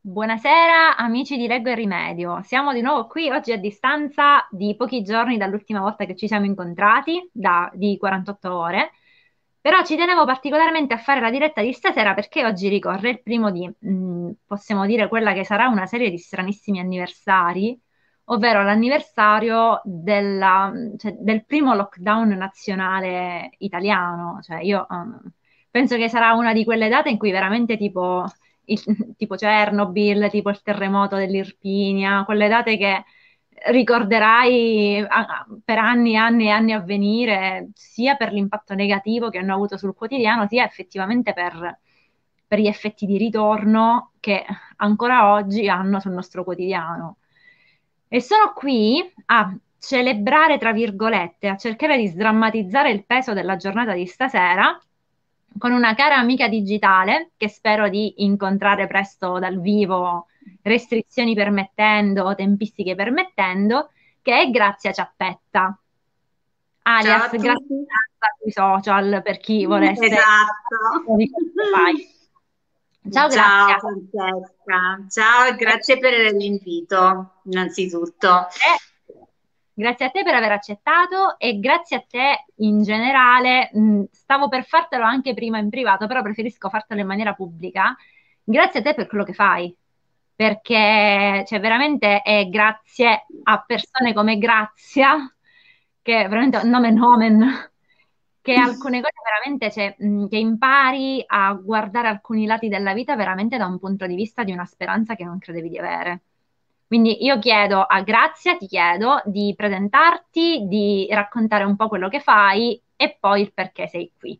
Buonasera amici di Leggo e Rimedio, siamo di nuovo qui oggi a distanza di pochi giorni dall'ultima volta che ci siamo incontrati, di 48 ore, però ci tenevo particolarmente a fare la diretta di stasera perché oggi ricorre il primo di, possiamo dire, quella che sarà una serie di stranissimi anniversari, ovvero l'anniversario cioè, del primo lockdown nazionale italiano, cioè io penso che sarà una di quelle date in cui veramente tipo Chernobyl, tipo il terremoto dell'Irpinia, quelle date che ricorderai per anni e anni e anni a venire, sia per l'impatto negativo che hanno avuto sul quotidiano, sia effettivamente per gli effetti di ritorno che ancora oggi hanno sul nostro quotidiano. E sono qui a celebrare, tra virgolette, a cercare di sdrammatizzare il peso della giornata di stasera con una cara amica digitale che spero di incontrare presto dal vivo, restrizioni permettendo, tempistiche permettendo, che è Grazia Ciappetta, Ciao alias a Grazia tutti. sui social per chi volesse Esatto. di quello che fai. Ciao Ciao Grazia. Francesca, ciao e grazie per l'invito, innanzitutto. Grazie a te per aver accettato e grazie a te in generale. Stavo per fartelo anche prima in privato, però preferisco fartelo in maniera pubblica. Grazie a te per quello che fai, perché cioè, veramente è grazie a persone come Grazia, che è veramente un nome nomen, che alcune cose veramente, cioè, che impari a guardare alcuni lati della vita veramente da un punto di vista di una speranza che non credevi di avere. Quindi io chiedo a Grazia, ti chiedo di presentarti, di raccontare un po' quello che fai e poi il perché sei qui.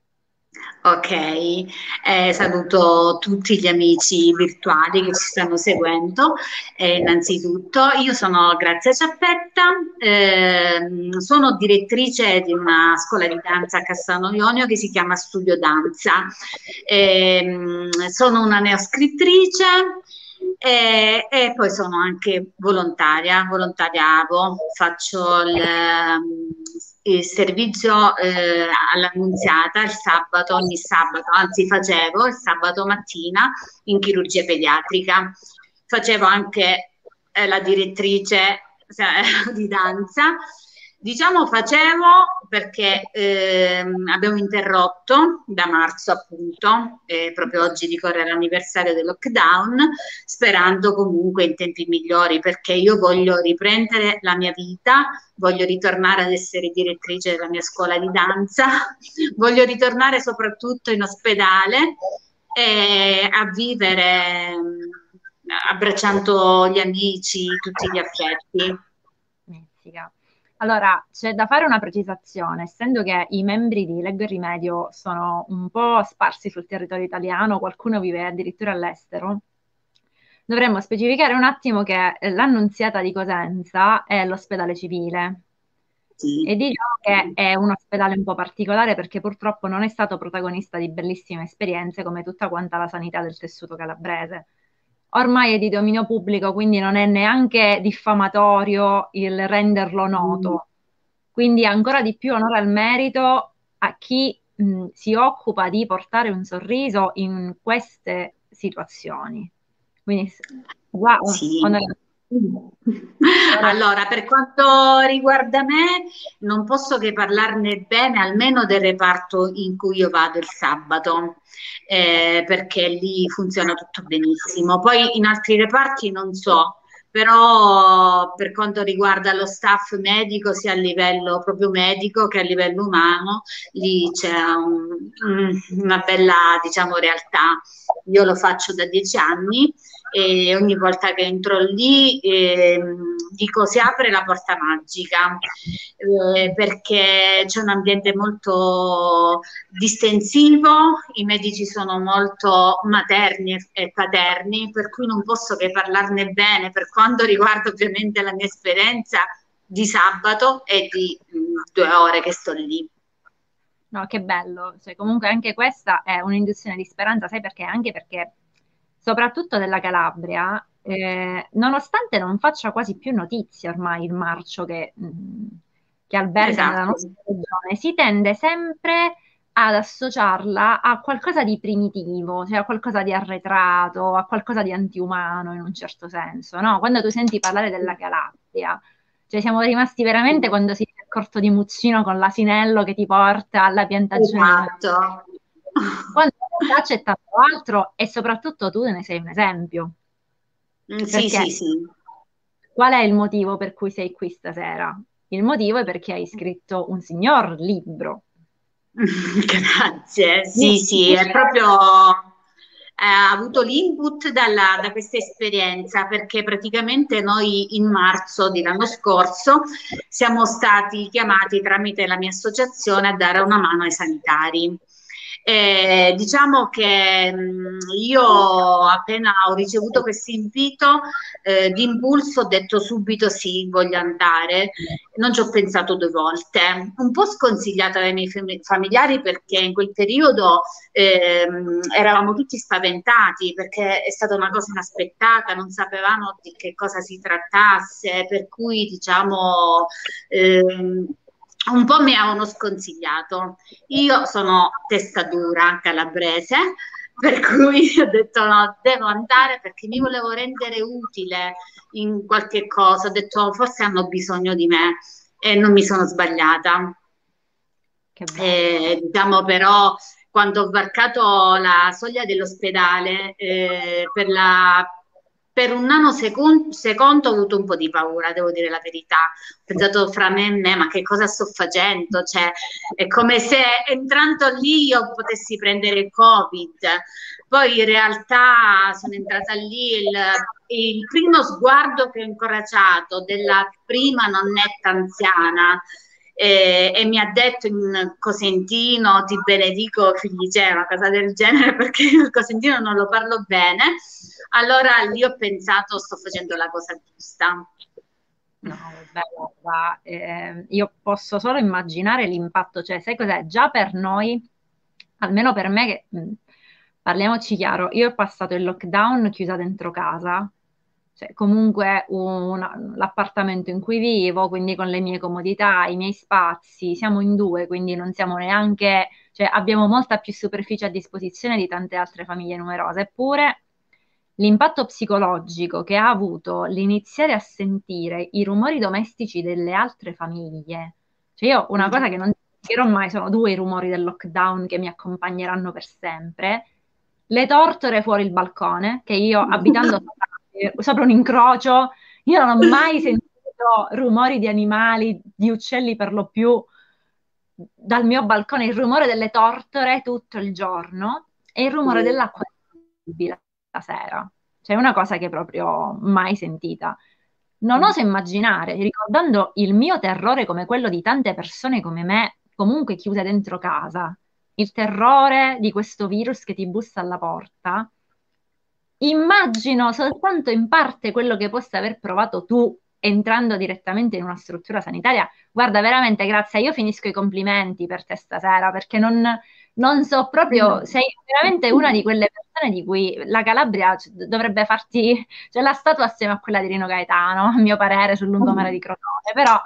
Ok, saluto tutti gli amici virtuali che ci stanno seguendo. Innanzitutto, io sono Grazia Ciappetta, sono direttrice di una scuola di danza a Cassano Ionio che si chiama Studio Danza. Sono una neoscrittrice e poi sono anche volontaria, volontariavo, faccio il servizio all'Annunziata il sabato, ogni sabato, anzi facevo il sabato mattina in chirurgia pediatrica. Facevo anche la direttrice di danza. Diciamo facevo perché abbiamo interrotto da marzo appunto, proprio oggi ricorre l'anniversario del lockdown, sperando comunque in tempi migliori perché io voglio riprendere la mia vita, voglio ritornare ad essere direttrice della mia scuola di danza, voglio ritornare soprattutto in ospedale e a vivere abbracciando gli amici, tutti gli affetti. Messica. Allora, c'è da fare una precisazione, essendo che i membri di Leggo e Rimedio sono un po' sparsi sul territorio italiano, qualcuno vive addirittura all'estero, dovremmo specificare un attimo che l'Annunziata di Cosenza è l'ospedale civile. E Sì. diciamo che è un ospedale un po' particolare perché purtroppo non è stato protagonista di bellissime esperienze come tutta quanta la sanità del tessuto calabrese. Ormai è di dominio pubblico, quindi non è neanche diffamatorio il renderlo Mm. noto. Quindi ancora di più onore al merito a chi si occupa di portare un sorriso in queste situazioni. Quindi, wow, Sì. onore, onore Allora, per quanto riguarda me, non posso che parlarne bene, almeno del reparto in cui io vado il sabato, perché lì funziona tutto benissimo. Poi in altri reparti non so, però per quanto riguarda lo staff medico, sia a livello proprio medico che a livello umano, lì c'è una bella, diciamo, realtà. Io lo faccio da 10 anni e ogni volta che entro lì dico si apre la porta magica perché c'è un ambiente molto distensivo, i medici sono molto materni e paterni, per cui non posso che parlarne bene per quanto riguarda ovviamente la mia esperienza di sabato e di 2 ore che sto lì. No, che bello, cioè, comunque anche questa è un'induzione di speranza, sai perché? Anche perché soprattutto della Calabria, nonostante non faccia quasi più notizie ormai il marcio che alberga nella Esatto. nostra regione, si tende sempre ad associarla a qualcosa di primitivo, cioè a qualcosa di arretrato, a qualcosa di antiumano in un certo senso, no? Quando tu senti parlare della Calabria, cioè siamo rimasti veramente quando si è accorto di Muccino con l'asinello che ti porta alla piantagione di Esatto. Mazzini. Quando in realtà c'è tanto altro e soprattutto tu ne sei un esempio. Sì, Perché sì, sì. qual è il motivo per cui sei qui stasera? Il motivo è perché hai scritto un signor libro. Grazie, sì, sì, è proprio ha avuto l'input da questa esperienza perché praticamente noi in marzo dell'anno scorso siamo stati chiamati tramite la mia associazione a dare una mano ai sanitari. Diciamo che io appena ho ricevuto questo invito, di impulso ho detto subito sì, voglio andare. Non ci ho pensato due volte, un po' sconsigliata dai miei familiari perché in quel periodo eravamo tutti spaventati perché è stata una cosa inaspettata, non sapevamo di che cosa si trattasse, per cui diciamo un po' mi avevano sconsigliato. Io sono testa dura calabrese, per cui ho detto no, devo andare perché mi volevo rendere utile in qualche cosa. Ho detto forse hanno bisogno di me e non mi sono sbagliata. Che bello. Diciamo però quando ho varcato la soglia dell'ospedale per un secondo ho avuto un po' di paura, devo dire la verità. Ho pensato fra me e me, ma che cosa sto facendo? Cioè, è come se entrando lì io potessi prendere il Covid. Poi in realtà sono entrata lì, il primo sguardo che ho incoraggiato della prima nonnetta anziana e mi ha detto in cosentino ti benedico figli c'è, una cosa del genere perché io il cosentino non lo parlo bene. Allora lì ho pensato sto facendo la cosa giusta. No, vabbè, guarda, io posso solo immaginare l'impatto, cioè, sai cos'è? Già per noi, almeno per me, che, parliamoci chiaro, io ho passato il lockdown chiusa dentro casa, cioè comunque l'appartamento in cui vivo, quindi con le mie comodità, i miei spazi, siamo in due, quindi non siamo neanche, cioè abbiamo molta più superficie a disposizione di tante altre famiglie numerose, eppure l'impatto psicologico che ha avuto l'iniziare a sentire i rumori domestici delle altre famiglie. Cioè io una cosa che non dimenticherò mai sono due i rumori del lockdown che mi accompagneranno per sempre. Le tortore fuori il balcone, che io abitando sopra un incrocio, io non ho mai sentito rumori di animali, di uccelli per lo più dal mio balcone, il rumore delle tortore tutto il giorno e il rumore Sì. dell'acqua la sera. Cioè, è una cosa che proprio mai sentita. Non oso immaginare, ricordando il mio terrore come quello di tante persone come me, comunque chiuse dentro casa, il terrore di questo virus che ti bussa alla porta. Immagino soltanto in parte quello che possa aver provato tu entrando direttamente in una struttura sanitaria. Guarda, veramente, grazie. Io finisco i complimenti per te stasera perché non so proprio, sei veramente una di quelle persone di cui la Calabria dovrebbe farti, cioè la statua assieme a quella di Rino Gaetano, a mio parere, sul lungomare di Crotone, però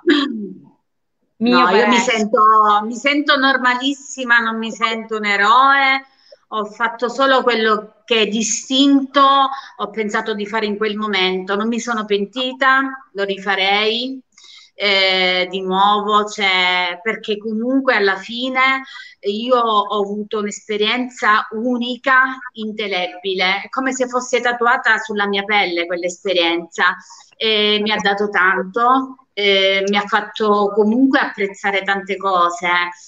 mio No, io parere. mi sento normalissima, non mi sento un eroe, ho fatto solo quello che è distinto, ho pensato di fare in quel momento, non mi sono pentita, lo rifarei di nuovo, cioè, perché comunque alla fine io ho avuto un'esperienza unica, indelebile, è come se fosse tatuata sulla mia pelle quell'esperienza e mi ha dato tanto, mi ha fatto comunque apprezzare tante cose.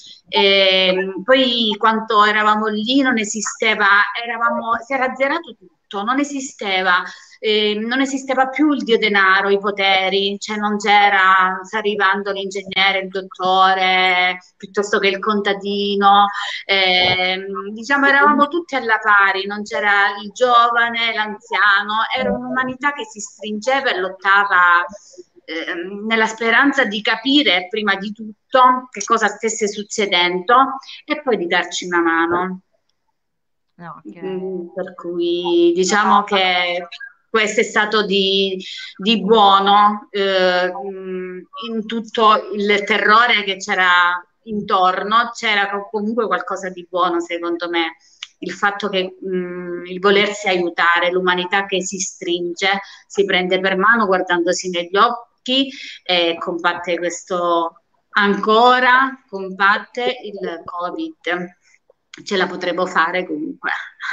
Poi quando eravamo lì non esisteva, si era azzerato tutto, non esisteva più il dio denaro, i poteri, cioè non c'era, sta arrivando l'ingegnere, il dottore, piuttosto che il contadino, diciamo eravamo tutti alla pari, non c'era il giovane, l'anziano, era un'umanità che si stringeva e lottava nella speranza di capire prima di tutto che cosa stesse succedendo e poi di darci una mano. No, che... Per cui diciamo che questo è stato di buono in tutto il terrore che c'era intorno, c'era comunque qualcosa di buono, secondo me. Il fatto che il volersi aiutare, l'umanità che si stringe, si prende per mano guardandosi negli occhi e combatte questo ancora, combatte il Covid. Ce la potremo fare comunque.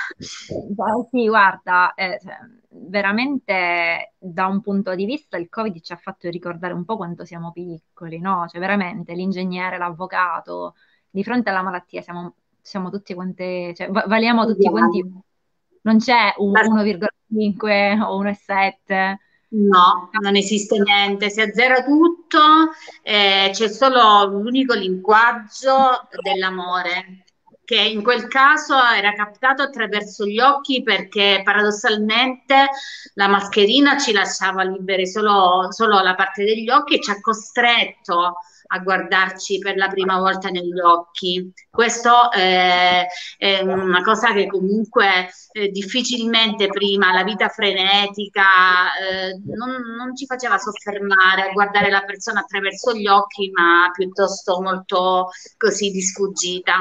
Sì, guarda, cioè, veramente da un punto di vista il Covid ci ha fatto ricordare un po' quanto siamo piccoli, no? Cioè veramente l'ingegnere, l'avvocato, di fronte alla malattia siamo tutti quanti, cioè, valiamo tutti quanti, Uguali. non c'è un La 1,5 o 1,7. No, non esiste niente, si azzera tutto, c'è solo l'unico linguaggio dell'amore, che in quel caso era captato attraverso gli occhi perché paradossalmente la mascherina ci lasciava libere solo la parte degli occhi e ci ha costretto a guardarci per la prima volta negli occhi. Questo è una cosa che comunque difficilmente prima la vita frenetica non ci faceva soffermare a guardare la persona attraverso gli occhi, ma piuttosto molto così di sfuggita.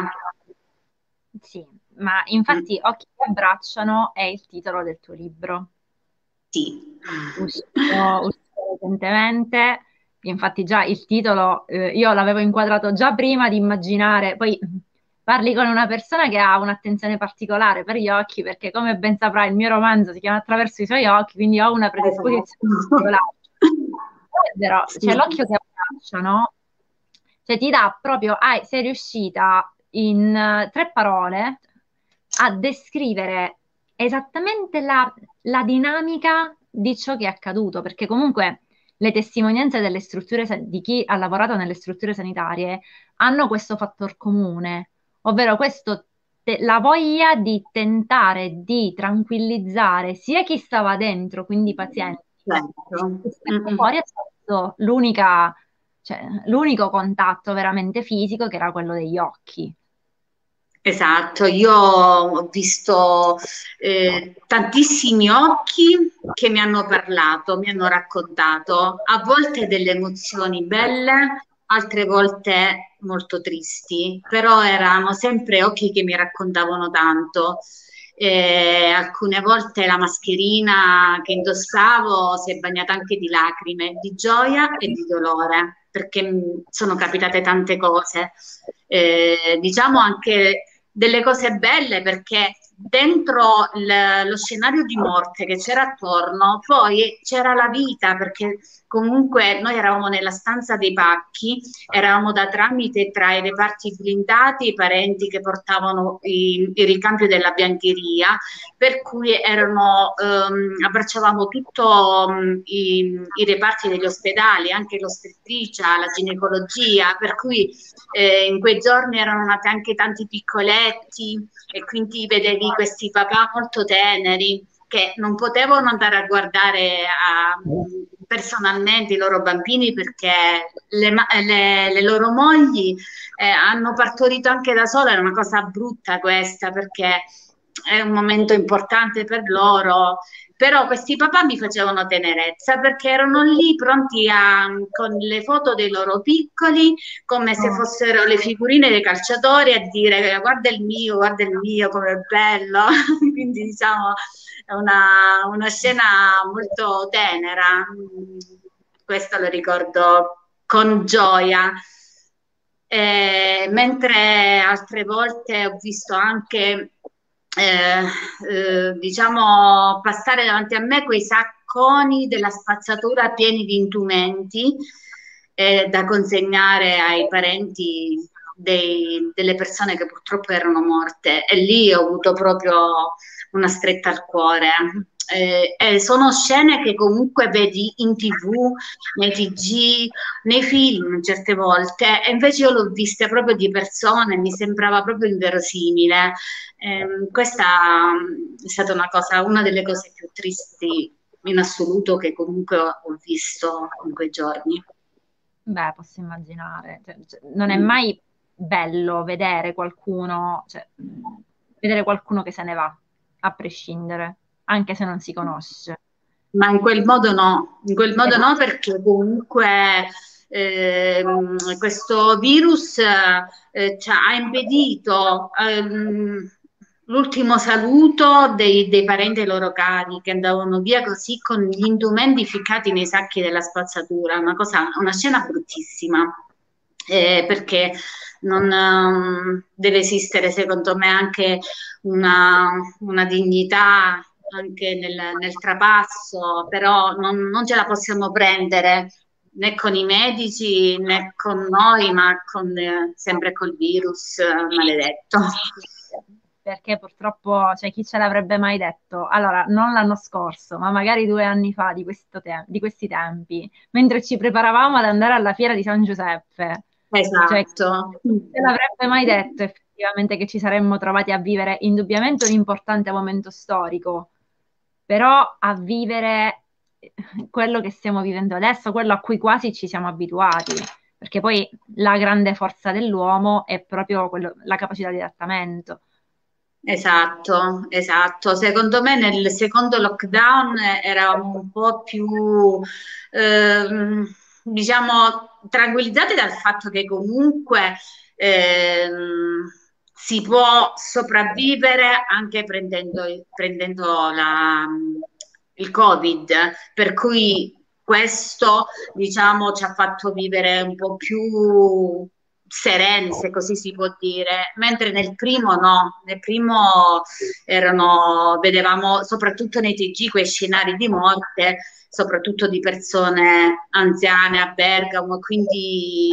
Sì, ma Mm, infatti Occhi che abbracciano è il titolo del tuo libro. sì. Uscito recentemente, infatti già il titolo io l'avevo inquadrato già prima di immaginare, poi parli con una persona che ha un'attenzione particolare per gli occhi, perché come ben saprai il mio romanzo si chiama Attraverso i suoi occhi, quindi ho una predisposizione Esatto. particolare. Però, cioè, Sì. l'occhio che abbraccia, no? Cioè ti dà proprio, sei riuscita in 3 parole a descrivere esattamente la dinamica di ciò che è accaduto, perché comunque le testimonianze delle strutture, di chi ha lavorato nelle strutture sanitarie hanno questo fattor comune, ovvero la voglia di tentare di tranquillizzare sia chi stava dentro, quindi i pazienti, Certo. che stavano Mm-mm. fuori attraverso cioè, l'unico contatto veramente fisico che era quello degli occhi. Esatto, io ho visto tantissimi occhi che mi hanno parlato, mi hanno raccontato, a volte delle emozioni belle, altre volte molto tristi, però erano sempre occhi che mi raccontavano tanto. Alcune volte la mascherina che indossavo si è bagnata anche di lacrime, di gioia e di dolore, perché sono capitate tante cose. Diciamo anche delle cose belle perché dentro lo scenario di morte che c'era attorno, poi c'era la vita perché comunque noi eravamo nella stanza dei pacchi, eravamo da tramite tra i reparti blindati e i parenti che portavano il ricambio della biancheria, per cui abbracciavamo tutto i reparti degli ospedali, anche l'ostetricia, la ginecologia, per cui in quei giorni erano nati anche tanti piccoletti e quindi vedevi questi papà molto teneri che non potevano andare a guardare personalmente i loro bambini perché le loro mogli hanno partorito anche da sole, è una cosa brutta questa perché è un momento importante per loro, però questi papà mi facevano tenerezza perché erano lì pronti con le foto dei loro piccoli, come se Oh. fossero le figurine dei calciatori, a dire guarda il mio, com'è bello. Quindi diciamo è una scena molto tenera. Questo lo ricordo con gioia. Mentre altre volte ho visto anche, diciamo, passare davanti a me quei sacconi della spazzatura pieni di indumenti da consegnare ai parenti delle persone che purtroppo erano morte. E lì ho avuto proprio una stretta al cuore. Sono scene che comunque vedi in TV, nei TG, nei film certe volte, e invece io l'ho vista proprio di persona e mi sembrava proprio inverosimile. Questa è stata una delle cose più tristi in assoluto che comunque ho visto in quei giorni. Beh, posso immaginare. Non è Mm. mai bello vedere qualcuno, cioè, vedere qualcuno che se ne va, a prescindere, anche se non si conosce. Ma in quel modo no perché comunque questo virus ha impedito l'ultimo saluto dei parenti ai loro cari che andavano via così con gli indumenti ficcati nei sacchi della spazzatura, una scena bruttissima, perché non deve esistere secondo me anche una dignità anche nel trapasso, però non ce la possiamo prendere né con i medici né con noi, ma sempre col virus maledetto. Perché purtroppo, cioè, chi ce l'avrebbe mai detto? Allora, non l'anno scorso, ma magari 2 anni fa di questi tempi, mentre ci preparavamo ad andare alla fiera di San Giuseppe. Cioè, Esatto. chi ce l'avrebbe mai detto effettivamente che ci saremmo trovati a vivere indubbiamente un importante momento storico, però a vivere quello che stiamo vivendo adesso, quello a cui quasi ci siamo abituati, perché poi la grande forza dell'uomo è proprio la capacità di adattamento. Esatto, esatto. Secondo me nel secondo lockdown eravamo un po' più, diciamo, tranquillizzati dal fatto che comunque si può sopravvivere anche prendendo il Covid, per cui questo, diciamo, ci ha fatto vivere un po' più sereni, se così si può dire, mentre nel primo no, nel primo vedevamo soprattutto nei TG quei scenari di morte, soprattutto di persone anziane a Bergamo, quindi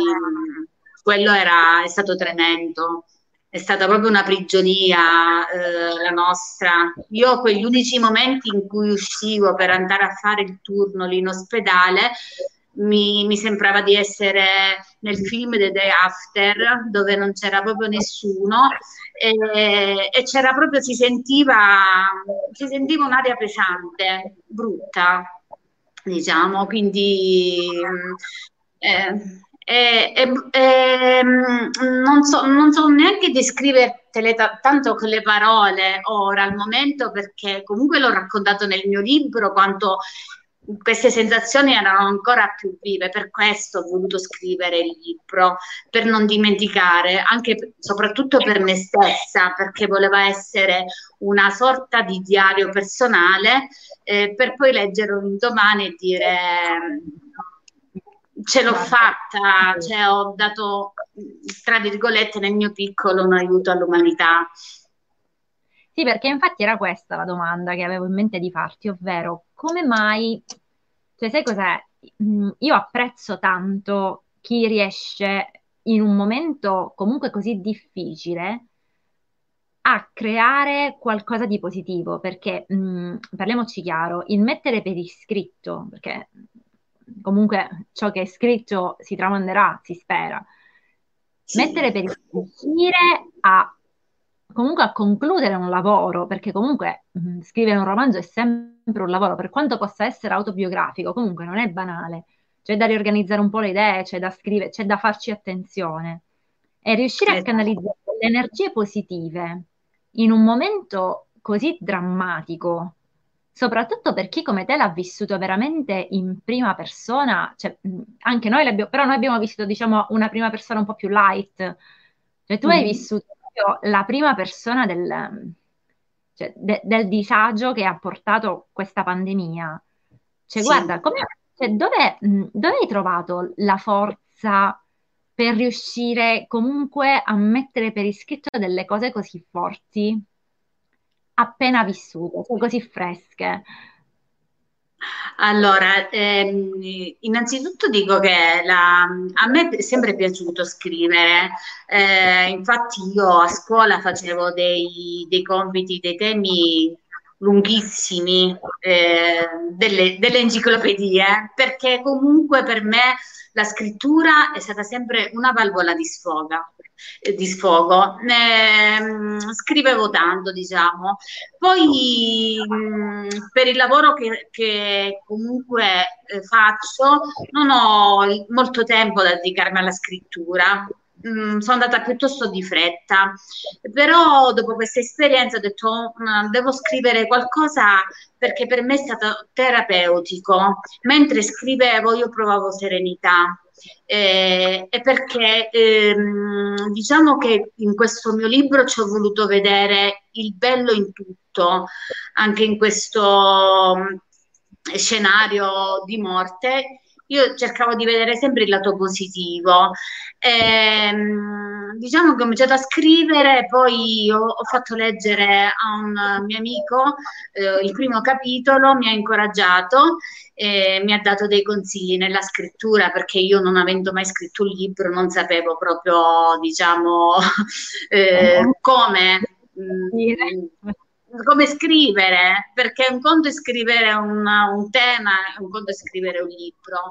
è stato tremendo. È stata proprio una prigionia, la nostra. Io quegli unici momenti in cui uscivo per andare a fare il turno lì in ospedale, mi sembrava di essere nel film The Day After, dove non c'era proprio nessuno e c'era proprio, si sentiva un'aria pesante, brutta, diciamo, quindi non so neanche descrivertele tanto con le parole ora al momento, perché comunque l'ho raccontato nel mio libro quanto queste sensazioni erano ancora più vive, per questo ho voluto scrivere il libro, per non dimenticare, anche soprattutto per me stessa, perché voleva essere una sorta di diario personale, per poi leggerlo un domani e dire ce l'ho fatta, cioè ho dato, tra virgolette, nel mio piccolo un aiuto all'umanità. Sì, perché infatti era questa la domanda che avevo in mente di farti, ovvero come mai, cioè sai cos'è? Io apprezzo tanto chi riesce in un momento comunque così difficile a creare qualcosa di positivo, perché parliamoci chiaro, il mettere per iscritto, perché comunque ciò che è scritto si tramanderà, si spera, mettere Sì, per riuscire a comunque a concludere un lavoro, perché comunque scrivere un romanzo è sempre un lavoro, per quanto possa essere autobiografico, comunque non è banale. C'è da riorganizzare un po' le idee, c'è da scrivere, c'è da farci attenzione. E riuscire a esatto. canalizzare le energie positive in un momento così drammatico, soprattutto per chi come te l'ha vissuto veramente in prima persona, cioè, anche noi l'abbiamo, però noi abbiamo vissuto, diciamo, una prima persona un po' più light, cioè tu hai Mhm. vissuto proprio la prima persona cioè, del disagio che ha portato questa pandemia. Cioè, Sì. guarda, cioè, dove hai trovato la forza per riuscire comunque a mettere per iscritto delle cose così forti, appena vissute, cioè così fresche? Allora, innanzitutto dico che a me è sempre piaciuto scrivere. Infatti io a scuola facevo dei compiti, dei temi lunghissimi, delle enciclopedie, perché comunque per me la scrittura è stata sempre una valvola di sfogo. Scrivevo tanto, diciamo. Poi per il lavoro che comunque faccio, non ho molto tempo da dedicarmi alla scrittura. Sono andata piuttosto di fretta, però dopo questa esperienza ho detto devo scrivere qualcosa perché per me è stato terapeutico. Mentre scrivevo io provavo serenità. è perché diciamo che in questo mio libro ci ho voluto vedere il bello in tutto, anche in questo scenario di morte. Io cercavo di vedere sempre il lato positivo. Diciamo che ho cominciato a scrivere, poi ho fatto leggere a un mio amico il primo capitolo, mi ha incoraggiato e mi ha dato dei consigli nella scrittura, perché io, non avendo mai scritto un libro, non sapevo proprio, diciamo, come, come scrivere, perché un conto è scrivere un tema, un conto è scrivere un libro.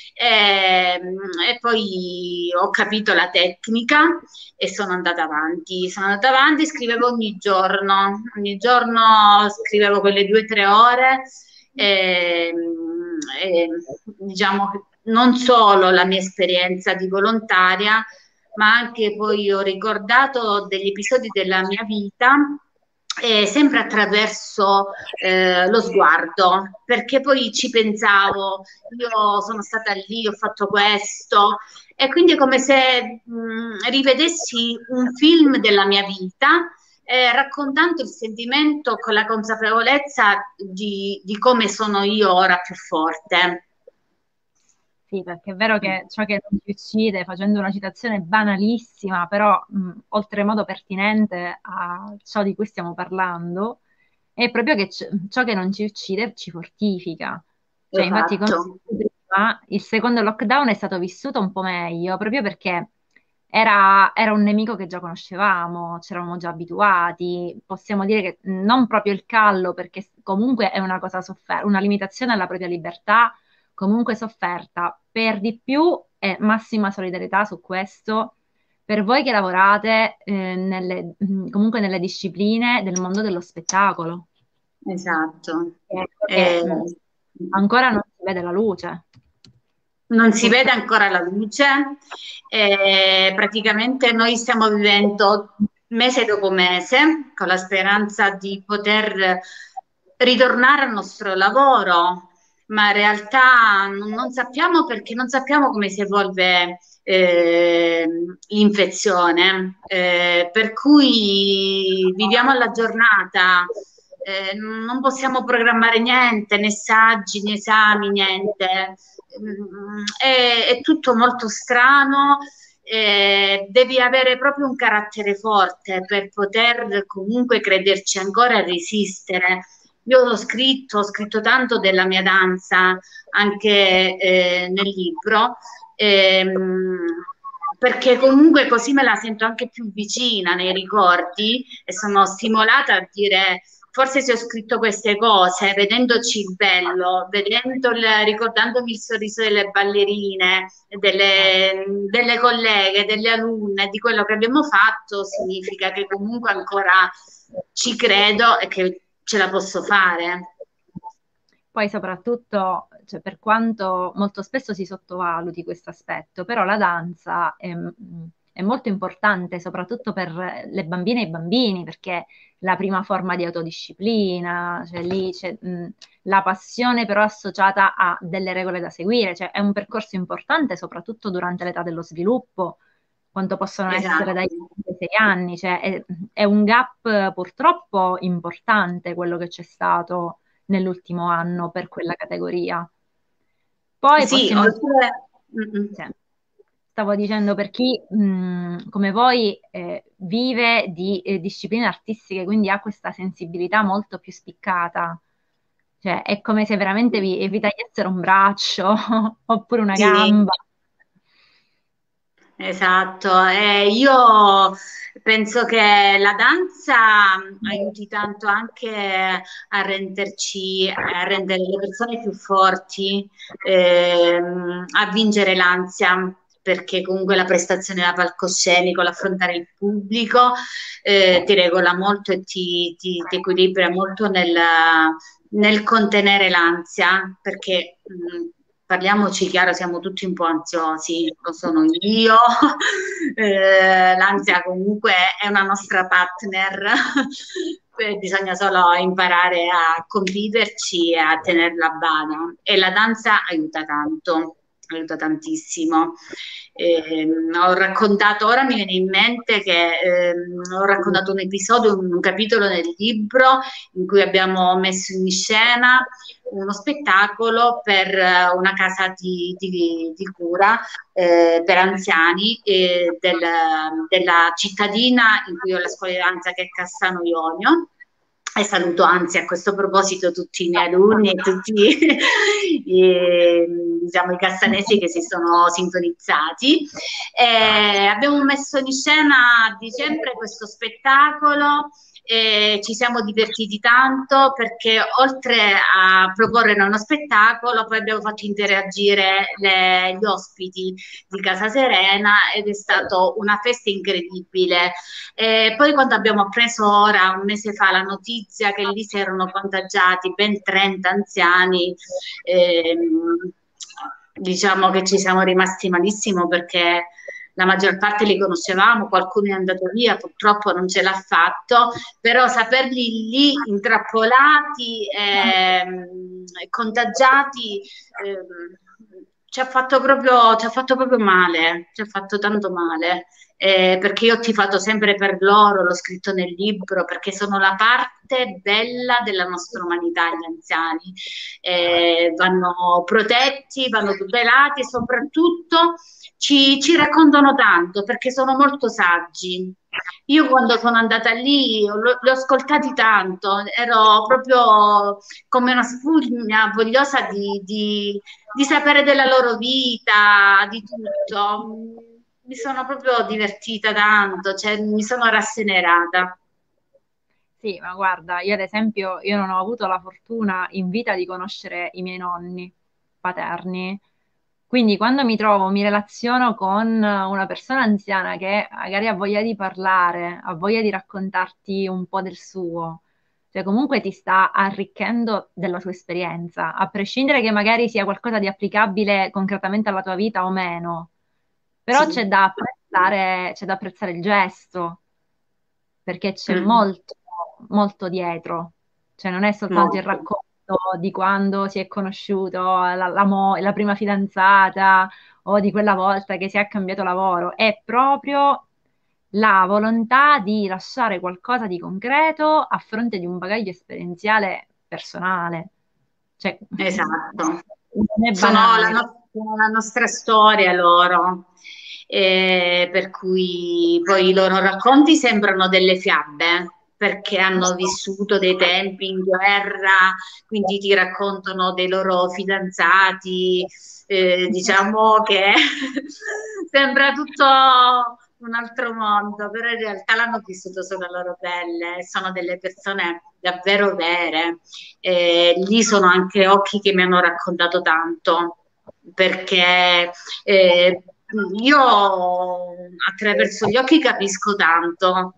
E poi ho capito la tecnica e sono andata avanti, scrivevo ogni giorno scrivevo quelle 2 o 3 ore, e, diciamo che non solo la mia esperienza di volontaria, ma anche poi ho ricordato degli episodi della mia vita, sempre attraverso lo sguardo, perché poi ci pensavo, io sono stata lì, ho fatto questo, e quindi è come se rivedessi un film della mia vita, raccontando il sentimento con la consapevolezza di come sono io ora più forte. Sì, perché è vero che ciò che non ci uccide, facendo una citazione banalissima, però oltremodo pertinente a ciò di cui stiamo parlando, è proprio che ciò che non ci uccide ci fortifica. Cioè, infatti, come Esatto. dicevo prima, il secondo lockdown è stato vissuto un po' meglio, proprio perché era un nemico che già conoscevamo, ci eravamo già abituati. Possiamo dire che non proprio il callo, perché comunque è una cosa sofferta, una limitazione alla propria libertà comunque sofferta. Per di più e massima solidarietà su questo per voi che lavorate comunque nelle discipline del mondo dello spettacolo, Esatto. che Eh, ancora non si vede la luce, Non si vede purtroppo. ancora la luce, praticamente noi stiamo vivendo mese dopo mese con la speranza di poter ritornare al nostro lavoro, ma in realtà non sappiamo, perché non sappiamo come si evolve l'infezione, per cui viviamo alla giornata. Non possiamo programmare niente, né saggi né esami, niente. È tutto molto strano. Devi avere proprio un carattere forte per poter comunque crederci ancora e resistere. Io ho scritto tanto della mia danza anche nel libro, ehm, perché comunque così me la sento anche più vicina nei ricordi e sono stimolata a dire, forse se ho scritto queste cose, vedendoci il bello, ricordandomi il sorriso delle ballerine, delle colleghe, delle alunne, di quello che abbiamo fatto, significa che comunque ancora ci credo e che ce la posso fare. Poi soprattutto, cioè, per quanto molto spesso si sottovaluti questo aspetto, però la danza è molto importante, soprattutto per le bambine e i bambini, perché è la prima forma di autodisciplina, cioè lì c'è la passione però associata a delle regole da seguire, cioè è un percorso importante soprattutto durante l'età dello sviluppo, quanto possono essere dai Esatto. 6 anni, cioè è un gap purtroppo importante quello che c'è stato nell'ultimo anno per quella categoria. Poi Sì, possiamo dire, oltre... Mm, mm. cioè, stavo dicendo per chi come voi vive di discipline artistiche, quindi ha questa sensibilità molto più spiccata, cioè è come se veramente vi tagliassero un braccio oppure una Sì. gamba. Esatto, io penso che la danza aiuti tanto anche a rendere le persone più forti, a vincere l'ansia, perché comunque la prestazione da palcoscenico, l'affrontare il pubblico, ti regola molto e ti equilibra molto nel contenere l'ansia, perché parliamoci chiaro, siamo tutti un po' ansiosi, lo sono io, l'ansia comunque è una nostra partner, bisogna solo imparare a conviverci e a tenerla a bada, e la danza aiuta tanto. aiuta tantissimo. Ho raccontato, ora mi viene in mente che ho raccontato un episodio, un capitolo nel libro in cui abbiamo messo in scena uno spettacolo per una casa di cura per anziani della cittadina in cui ho la scuola di danza, che è Cassano Ionio. E saluto anzi a questo proposito tutti i miei alunni e tutti diciamo, i cassanesi che si sono sintonizzati. Abbiamo messo in scena a dicembre questo spettacolo e ci siamo divertiti tanto, perché oltre a proporre uno spettacolo poi abbiamo fatto interagire gli ospiti di Casa Serena, ed è stata una festa incredibile. Poi quando abbiamo appreso ora, un mese fa, la notizia che lì si erano contagiati ben 30 anziani, diciamo che ci siamo rimasti malissimo, perché la maggior parte li conoscevamo, qualcuno è andato via, purtroppo non ce l'ha fatto, però saperli lì intrappolati, contagiati, ci ha fatto proprio male, ci ha fatto tanto male. Perché io ho tifato sempre per loro, l'ho scritto nel libro, perché sono la parte bella della nostra umanità, gli anziani. Vanno protetti, vanno tutelati e soprattutto ci raccontano tanto, perché sono molto saggi. Io quando sono andata lì li ho ascoltati tanto, ero proprio come una spugna vogliosa di sapere della loro vita, di tutto. Mi sono proprio divertita tanto, cioè mi sono rassenerata. Sì, ma guarda, io ad esempio, io non ho avuto la fortuna in vita di conoscere i miei nonni paterni, quindi quando mi trovo, mi relaziono con una persona anziana che magari ha voglia di parlare, ha voglia di raccontarti un po' del suo, cioè comunque ti sta arricchendo della sua esperienza, a prescindere che magari sia qualcosa di applicabile concretamente alla tua vita o meno, però Sì. c'è da apprezzare il gesto perché c'è Mm, molto, molto dietro, cioè non è soltanto il molto. racconto di quando si è conosciuto la prima fidanzata o di quella volta che si è cambiato lavoro, è proprio la volontà di lasciare qualcosa di concreto a fronte di un bagaglio esperienziale personale. Cioè, Esatto. non è Sono banale. sono la nostra storia loro. Per cui poi i loro racconti sembrano delle fiabe, perché hanno vissuto dei tempi in guerra, quindi ti raccontano dei loro fidanzati, diciamo che sembra tutto un altro mondo, però in realtà l'hanno vissuto sulla loro pelle, e sono delle persone davvero vere. Lì sono anche occhi che mi hanno raccontato tanto, perché io attraverso gli occhi capisco tanto.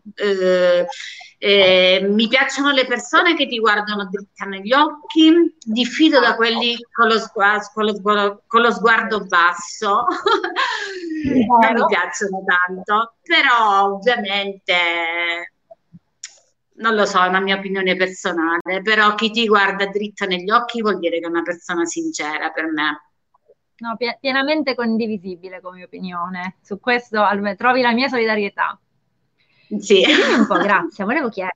Mi piacciono le persone che ti guardano dritta negli occhi, diffido da quelli con lo sguardo basso. Non mi Vero? piacciono tanto, però ovviamente non lo so, è una mia opinione personale, però chi ti guarda dritto negli occhi vuol dire che è una persona sincera per me. No, pienamente condivisibile come opinione. Su questo trovi la mia solidarietà. Sì. E dimmi un po', Grazia, volevo chiedere,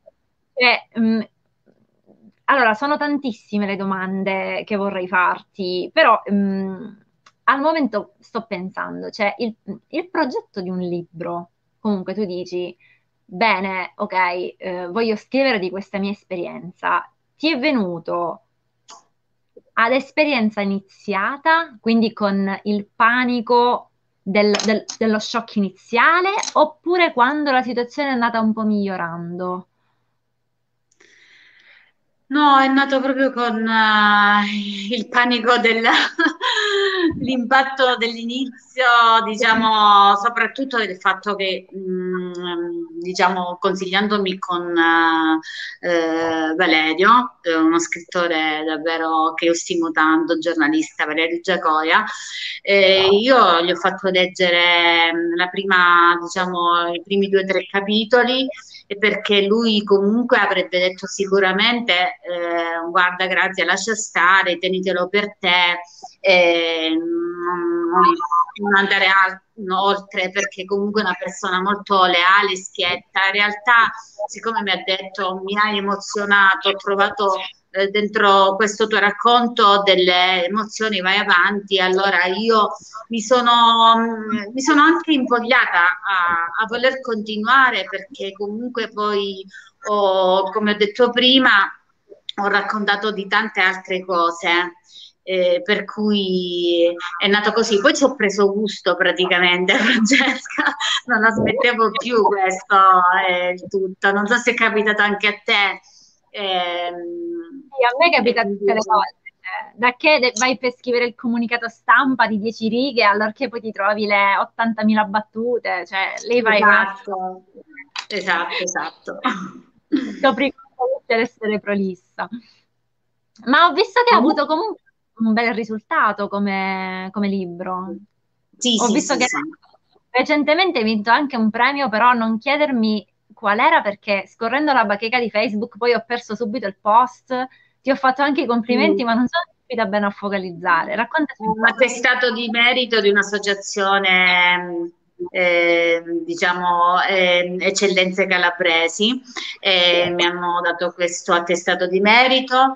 allora, sono tantissime le domande che vorrei farti, però al momento sto pensando, cioè il progetto di un libro, comunque tu dici, bene, ok, voglio scrivere di questa mia esperienza, ti è venuto ad esperienza iniziata, quindi con il panico dello shock iniziale, oppure quando la situazione è andata un po' migliorando? No, è nato proprio con il panico l'impatto dell'inizio, diciamo, soprattutto del fatto che, diciamo, consigliandomi con Valerio, uno scrittore davvero che io stimo tanto, giornalista, Valerio Giacoia, io gli ho fatto leggere la prima, diciamo, i primi 2 o 3 capitoli, e perché lui comunque avrebbe detto sicuramente guarda Grazia, lascia stare, tenitelo per te, non andare oltre, perché comunque è una persona molto leale, schietta. In realtà, siccome mi ha detto mi hai emozionato, ho trovato dentro questo tuo racconto delle emozioni, vai avanti, allora io mi sono anche invogliata a voler continuare, perché comunque poi come ho detto prima, ho raccontato di tante altre cose, per cui è nato così. Poi ci ho preso gusto praticamente, Francesca, non la smettevo più, questo è il tutto. Non so se è capitato anche a te. Sì, a me E capita tutte le quindi, volte, cioè, da che vai per scrivere il comunicato stampa di 10 righe, allorché poi ti trovi le 80.000 battute, cioè lì fai un attimo, esatto, esatto, esatto. scopri cosa deve essere prolissa. Ma ho visto che ha avuto Comunque, comunque un bel risultato come libro. sì, Ho sì, visto sì, che sì. recentemente hai vinto anche un premio, però non chiedermi qual era perché scorrendo la bacheca di Facebook poi ho perso subito il post, ti ho fatto anche i complimenti, Mm. ma non sono riuscita bene a focalizzare. Raccontaci un Un po'. attestato di merito di un'associazione, diciamo, Eccellenze Calabresi. Mi hanno dato questo attestato di merito.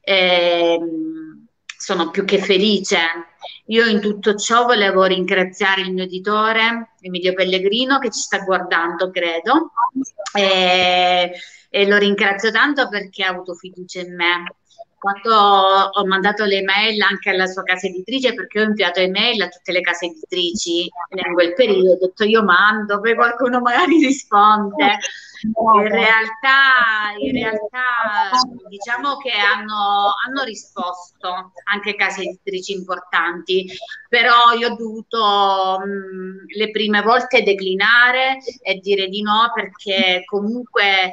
Sono più che felice. Io in tutto ciò volevo ringraziare il mio editore, Emilio Pellegrino, che ci sta guardando, credo, e, e lo ringrazio tanto perché ha avuto fiducia in me. Quando ho mandato le email anche alla sua casa editrice, perché ho inviato email a tutte le case editrici in quel periodo, ho detto io mando, poi qualcuno magari risponde. In realtà, diciamo che hanno risposto anche case editrici importanti, però io ho dovuto le prime volte declinare e dire di no, perché comunque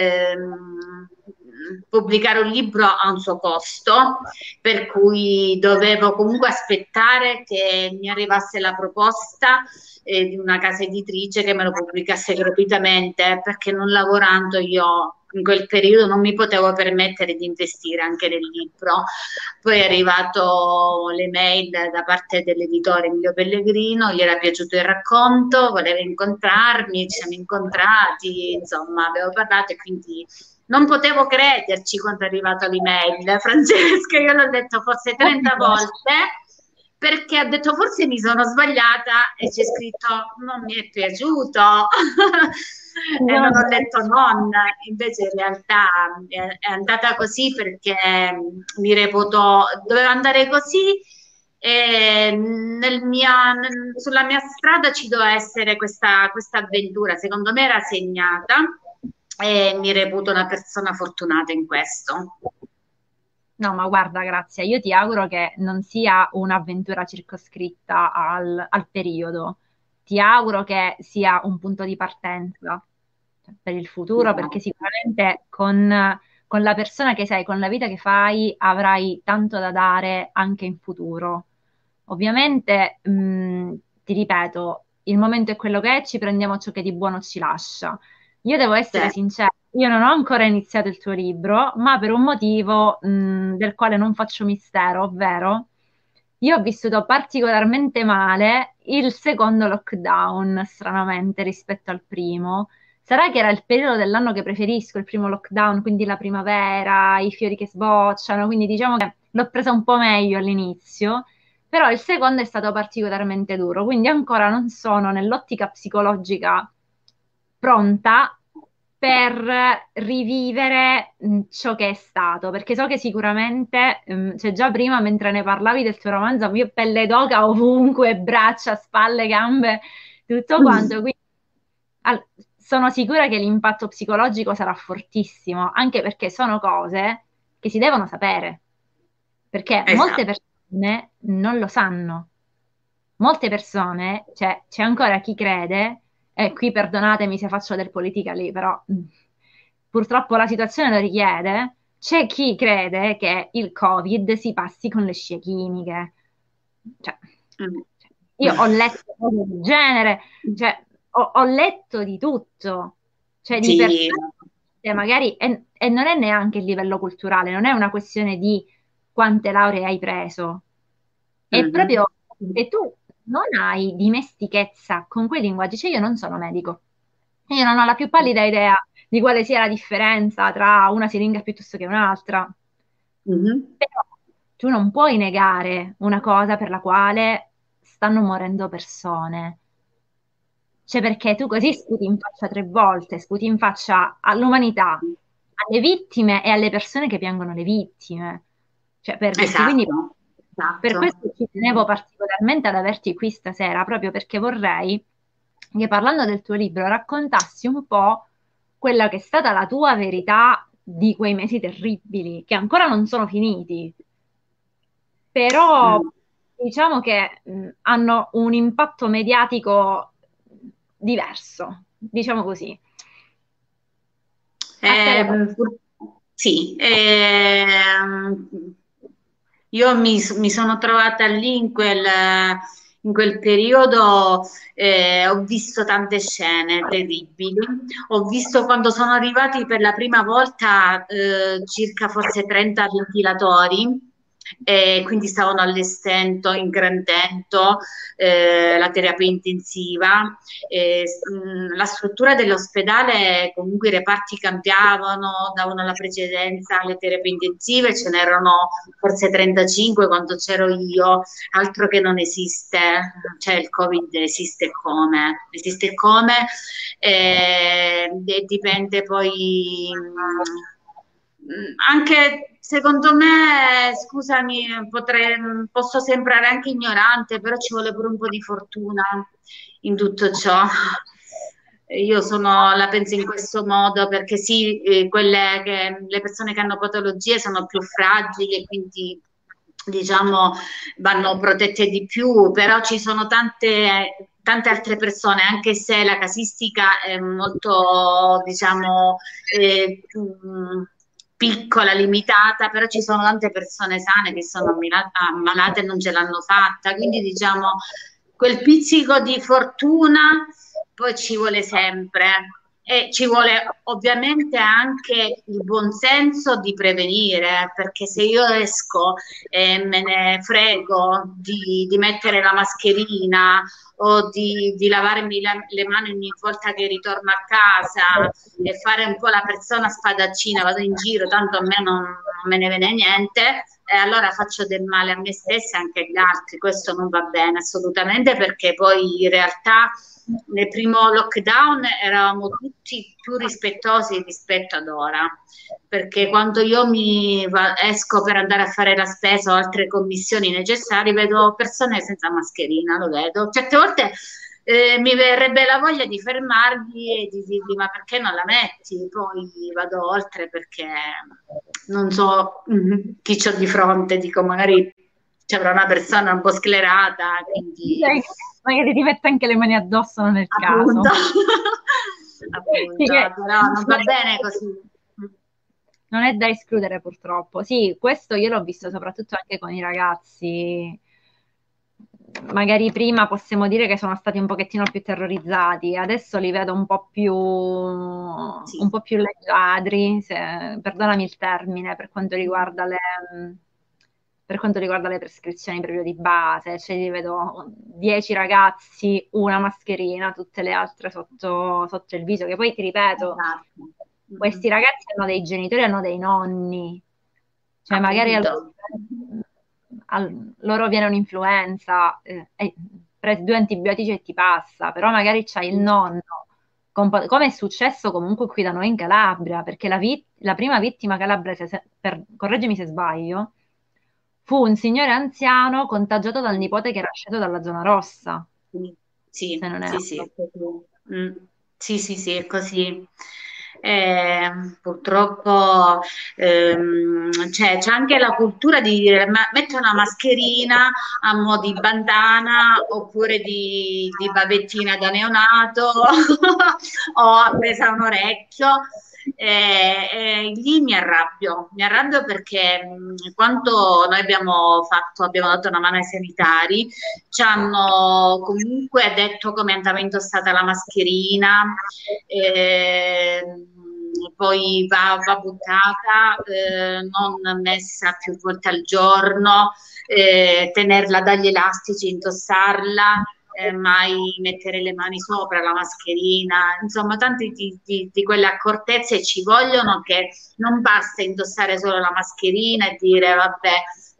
pubblicare un libro ha un suo costo, per cui dovevo comunque aspettare che mi arrivasse la proposta di una casa editrice che me lo pubblicasse gratuitamente, perché non lavorando io in quel periodo non mi potevo permettere di investire anche nel libro. Poi è arrivato l'email da parte dell'editore Emilio Pellegrino, gli era piaciuto il racconto, voleva incontrarmi, ci siamo incontrati, insomma, avevo parlato e quindi non potevo crederci quando è arrivata l'email, Francesca, io l'ho detto forse 30 volte, perché ho detto forse mi sono sbagliata e c'è scritto non mi è piaciuto e non ho letto non, invece in realtà è andata così perché mi reputo, doveva andare così e sulla mia strada ci doveva essere questa avventura, secondo me era segnata e mi reputo una persona fortunata in questo. No, ma guarda, grazie. Io ti auguro che non sia un'avventura circoscritta al periodo. Ti auguro che sia un punto di partenza per il futuro, perché sicuramente con la persona che sei, con la vita che fai, avrai tanto da dare anche in futuro. Ovviamente, ti ripeto, il momento è quello che è, ci prendiamo ciò che di buono ci lascia. Io devo essere Cioè, sincera, io non ho ancora iniziato il tuo libro, ma per un motivo, del quale non faccio mistero, ovvero io ho vissuto particolarmente male il secondo lockdown, stranamente, rispetto al primo. Sarà che era il periodo dell'anno che preferisco, il primo lockdown, quindi la primavera, i fiori che sbocciano, quindi diciamo che l'ho presa un po' meglio all'inizio, però il secondo è stato particolarmente duro, quindi ancora non sono nell'ottica psicologica pronta per rivivere ciò che è stato, perché so che sicuramente, cioè già prima mentre ne parlavi del tuo romanzo, io pelle d'oca ovunque, braccia, spalle, gambe, tutto quanto, quindi sono sicura che l'impatto psicologico sarà fortissimo, anche perché sono cose che si devono sapere, perché molte esatto. persone non lo sanno. Molte persone, cioè c'è ancora chi crede, e qui perdonatemi se faccio del politica lì, però purtroppo la situazione lo richiede, c'è chi crede che il Covid si passi con le scie chimiche. Cioè, Mm. io ho letto cose del genere, cioè, ho letto di tutto, cioè di Sì. persone che magari, e non è neanche il livello culturale, non è una questione di quante lauree hai preso, è Mhm. proprio che tu non hai dimestichezza con quei linguaggi, cioè io non sono medico, io non ho la più pallida idea di quale sia la differenza tra una siringa piuttosto che un'altra. Mhm. Però tu non puoi negare una cosa per la quale stanno morendo persone. Cioè, perché tu così sputi in faccia 3 volte, sputi in faccia all'umanità, alle vittime e alle persone che piangono le vittime. Cioè, per dirti, quindi Esatto, per esatto. questo ci tenevo particolarmente ad averti qui stasera, proprio perché vorrei che parlando del tuo libro raccontassi un po' quella che è stata la tua verità di quei mesi terribili, che ancora non sono finiti, però Mm. diciamo che hanno un impatto mediatico diverso, diciamo così. A te cosa? Sì, io mi sono trovata lì in quel periodo, ho visto tante scene terribili, ho visto quando sono arrivati per la prima volta circa forse 30 ventilatori. E quindi stavano allestendo, ingrandendo la terapia intensiva. La struttura dell'ospedale, comunque i reparti cambiavano, davano la precedenza alle terapie intensive, ce n'erano forse 35 quando c'ero io, altro che non esiste, cioè il Covid esiste come, e dipende poi anche secondo me, scusami, posso sembrare anche ignorante, però ci vuole pure un po' di fortuna in tutto ciò. La penso in questo modo perché sì, le persone che hanno patologie sono più fragili e quindi diciamo vanno protette di più, però ci sono tante altre persone, anche se la casistica è molto, diciamo, piccola, limitata, però ci sono tante persone sane che sono ammalate e non ce l'hanno fatta, quindi diciamo quel pizzico di fortuna poi ci vuole sempre. E ci vuole ovviamente anche il buon senso di prevenire, perché se io esco e me ne frego di mettere la mascherina o di lavarmi le mani ogni volta che ritorno a casa e fare un po' la persona spadaccina, vado in giro, tanto a me non me ne viene niente, e allora faccio del male a me stessa e anche agli altri. Questo non va bene assolutamente perché poi in realtà nel primo lockdown eravamo tutti più rispettosi rispetto ad ora, perché quando io esco per andare a fare la spesa o altre commissioni necessarie, vedo persone senza mascherina, lo vedo. Certe volte mi verrebbe la voglia di fermarli e di dirgli ma perché non la metti? Poi vado oltre perché non so chi c'ho di fronte, dico magari c'avrà una persona un po' sclerata, quindi Magari ti mette anche le mani addosso nel appunto, caso. Sì, appunto, che però non va bene così. non è da escludere purtroppo. Sì, questo io l'ho visto soprattutto anche con i ragazzi. Magari prima possiamo dire che sono stati un pochettino più terrorizzati, adesso li vedo un Sì, po' più leggiadri, perdonami il termine, per quanto riguarda le prescrizioni proprio di base, cioè li vedo 10 ragazzi, una mascherina, tutte le altre sotto il viso, che poi ti ripeto, esatto. questi ragazzi hanno dei genitori, hanno dei nonni, cioè magari Appunto. loro viene un'influenza, e presi 2 antibiotici e ti passa, però magari c'hai il nonno, come è successo comunque qui da noi in Calabria, perché la prima vittima calabrese, correggimi se sbaglio, fu un signore anziano contagiato dal nipote che era sceso dalla zona rossa, se Sì, non sì, era. sì, è così. Mm. Sì, sì, sì, è così. Purtroppo c'è anche la cultura di dire metto una mascherina a mo' di bandana oppure di bavettina da neonato o appesa a un orecchio. E lì mi arrabbio perché quando noi abbiamo dato una mano ai sanitari, ci hanno comunque detto come andamento è stata la mascherina, poi va buttata, non messa più volte al giorno, tenerla dagli elastici, indossarla, mai mettere le mani sopra la mascherina, insomma, tante di quelle accortezze ci vogliono, che non basta indossare solo la mascherina e dire vabbè,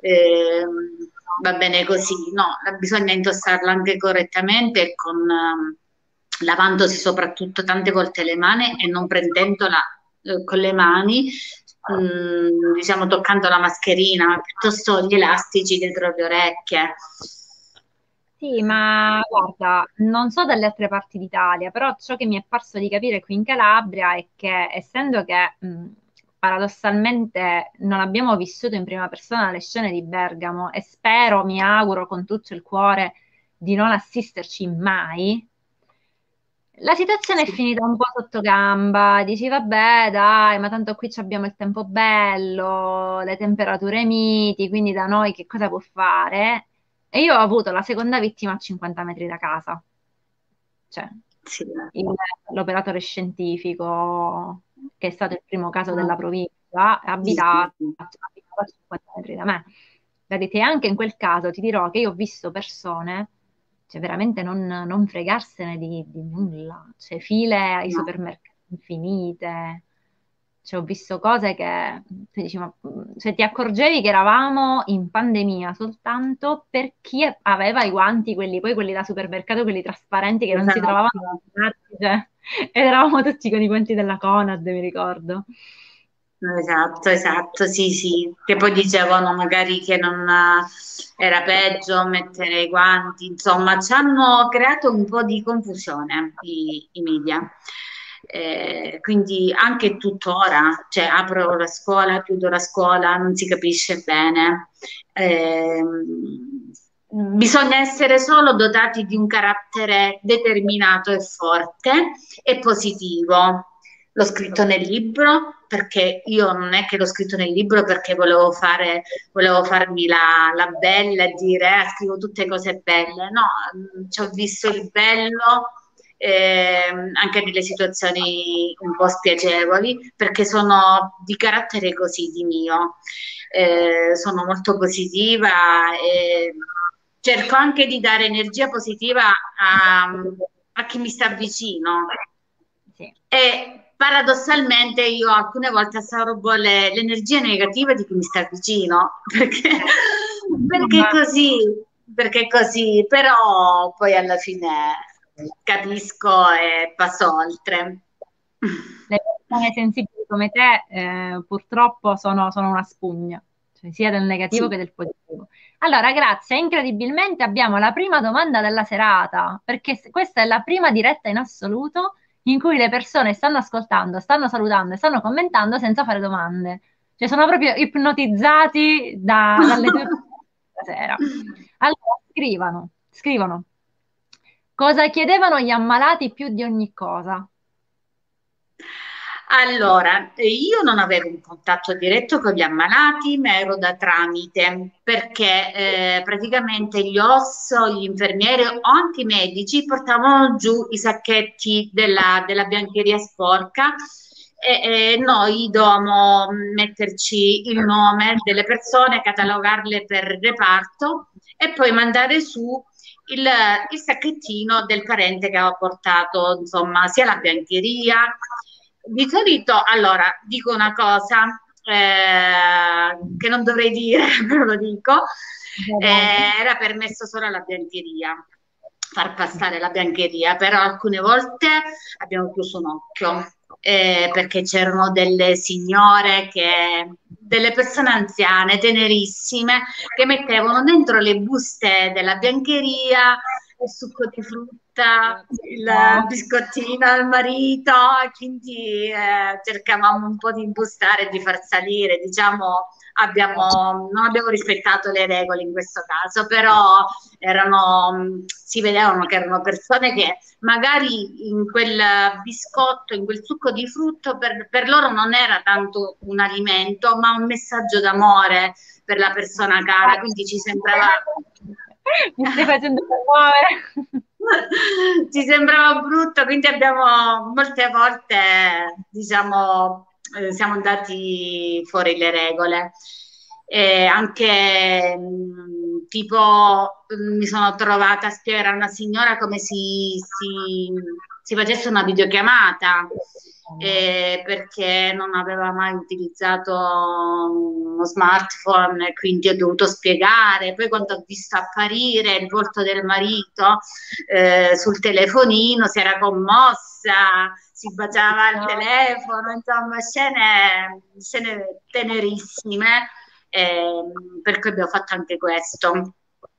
va bene così, no, bisogna indossarla anche correttamente e lavandosi soprattutto tante volte le mani e non prendendola con le mani, diciamo toccando la mascherina, piuttosto gli elastici dietro le orecchie. Sì, ma guarda, non so dalle altre parti d'Italia, però ciò che mi è parso di capire qui in Calabria è che, essendo che paradossalmente non abbiamo vissuto in prima persona le scene di Bergamo e spero, mi auguro con tutto il cuore di non assisterci mai, la situazione è Sì, finita un po' sotto gamba. Dici, vabbè, dai, ma tanto qui abbiamo il tempo bello, le temperature miti, quindi da noi che cosa può fare? E io ho avuto la seconda vittima a 50 metri da casa, cioè sì. il- l'operatore scientifico, che è stato il primo caso Ah, della provincia, sì, sì, sì. abitava a 50 metri da me. Vedete, e anche in quel caso ti dirò che io ho visto persone, cioè veramente non fregarsene di nulla, cioè file ai No. supermercati infinite, cioè ho visto cose che, tu dici, ma, cioè, ti accorgevi che eravamo in pandemia soltanto per chi aveva i guanti, quelli, poi quelli da supermercato, quelli trasparenti che non si trovavano Esatto. da nessuna parte, cioè, ed eravamo tutti con i guanti della Conad, mi ricordo. Esatto, esatto, sì, sì, che poi dicevano magari che non era peggio mettere i guanti, insomma, ci hanno creato un po' di confusione i media. Quindi anche tuttora, cioè apro la scuola, chiudo la scuola, non si capisce bene. Bisogna essere solo dotati di un carattere determinato e forte e positivo. L'ho scritto nel libro perché io non è che l'ho scritto nel libro perché volevo farmi la bella e dire scrivo tutte cose belle. No, ci ho visto il bello anche nelle situazioni un po' spiacevoli perché sono di carattere così di mio. Sono molto positiva e cerco anche di dare energia positiva a chi mi sta vicino. Sì. E paradossalmente io alcune volte assorbo le energie negative di chi mi sta vicino, perché Ma perché così, però poi alla fine capisco e passo oltre. le persone sensibili come te, purtroppo sono una spugna, cioè sia del negativo che Sì, del positivo. Allora, grazie. Incredibilmente abbiamo la prima domanda della serata, perché questa è la prima diretta in assoluto in cui le persone stanno ascoltando, stanno salutando e stanno commentando senza fare domande. Cioè, sono proprio ipnotizzati dalle tue stasera. Allora, scrivono. Cosa chiedevano gli ammalati più di ogni cosa? Allora, io non avevo un contatto diretto con gli ammalati, ma ero da tramite perché praticamente gli OSS, gli infermieri o anche i medici portavano giù i sacchetti della biancheria sporca e noi dovevamo metterci il nome delle persone, catalogarle per reparto e poi mandare su il, il sacchettino del parente che aveva portato, insomma, sia la biancheria. Di solito, allora, dico una cosa che non dovrei dire, però lo dico, era permesso solo alla biancheria, far passare la biancheria, però alcune volte abbiamo chiuso un occhio perché c'erano delle signore delle persone anziane, tenerissime, che mettevano dentro le buste della biancheria il succo di frutta, il No. biscottino al marito, e quindi cercavamo un po' di impostare e di far salire, diciamo, non abbiamo rispettato le regole in questo caso, però si vedevano che erano persone che magari in quel biscotto, in quel succo di frutto, per loro non era tanto un alimento, ma un messaggio d'amore per la persona cara, quindi ci sembrava Mi stai facendo commuovere. ci sembrava brutto, quindi abbiamo molte volte, diciamo, siamo andati fuori le regole. E anche tipo mi sono trovata a spiegare a una signora come si facesse una videochiamata, perché non aveva mai utilizzato uno smartphone e quindi ho dovuto spiegare. Poi quando ho visto apparire il volto del marito sul telefonino si era commossa, si baciava al telefono, insomma, scene tenerissime, per cui abbiamo fatto anche questo.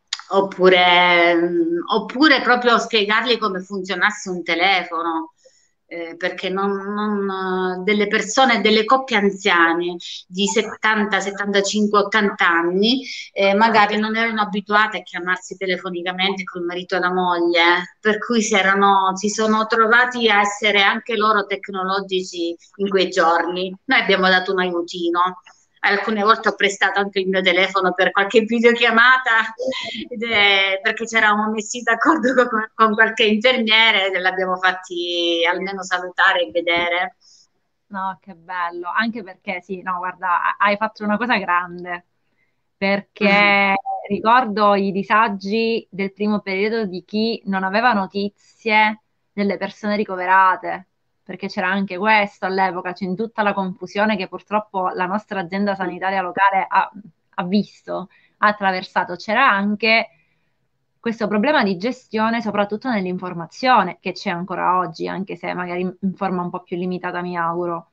Oppure proprio spiegargli come funzionasse un telefono, perché delle persone, delle coppie anziane di 70, 75, 80 anni, magari non erano abituate a chiamarsi telefonicamente col marito e la moglie, per cui si sono trovati a essere anche loro tecnologici in quei giorni. Noi abbiamo dato un aiutino. Alcune volte ho prestato anche il mio telefono per qualche videochiamata, perché ci eravamo messi d'accordo con qualche infermiere e l'abbiamo fatti almeno salutare e vedere. No, che bello, anche perché sì, no, guarda, hai fatto una cosa grande, perché ricordo i disagi del primo periodo di chi non aveva notizie delle persone ricoverate, perché c'era anche questo all'epoca, c'è in tutta la confusione che purtroppo la nostra azienda sanitaria locale ha visto, ha attraversato, c'era anche questo problema di gestione, soprattutto nell'informazione, che c'è ancora oggi, anche se magari in forma un po' più limitata, mi auguro.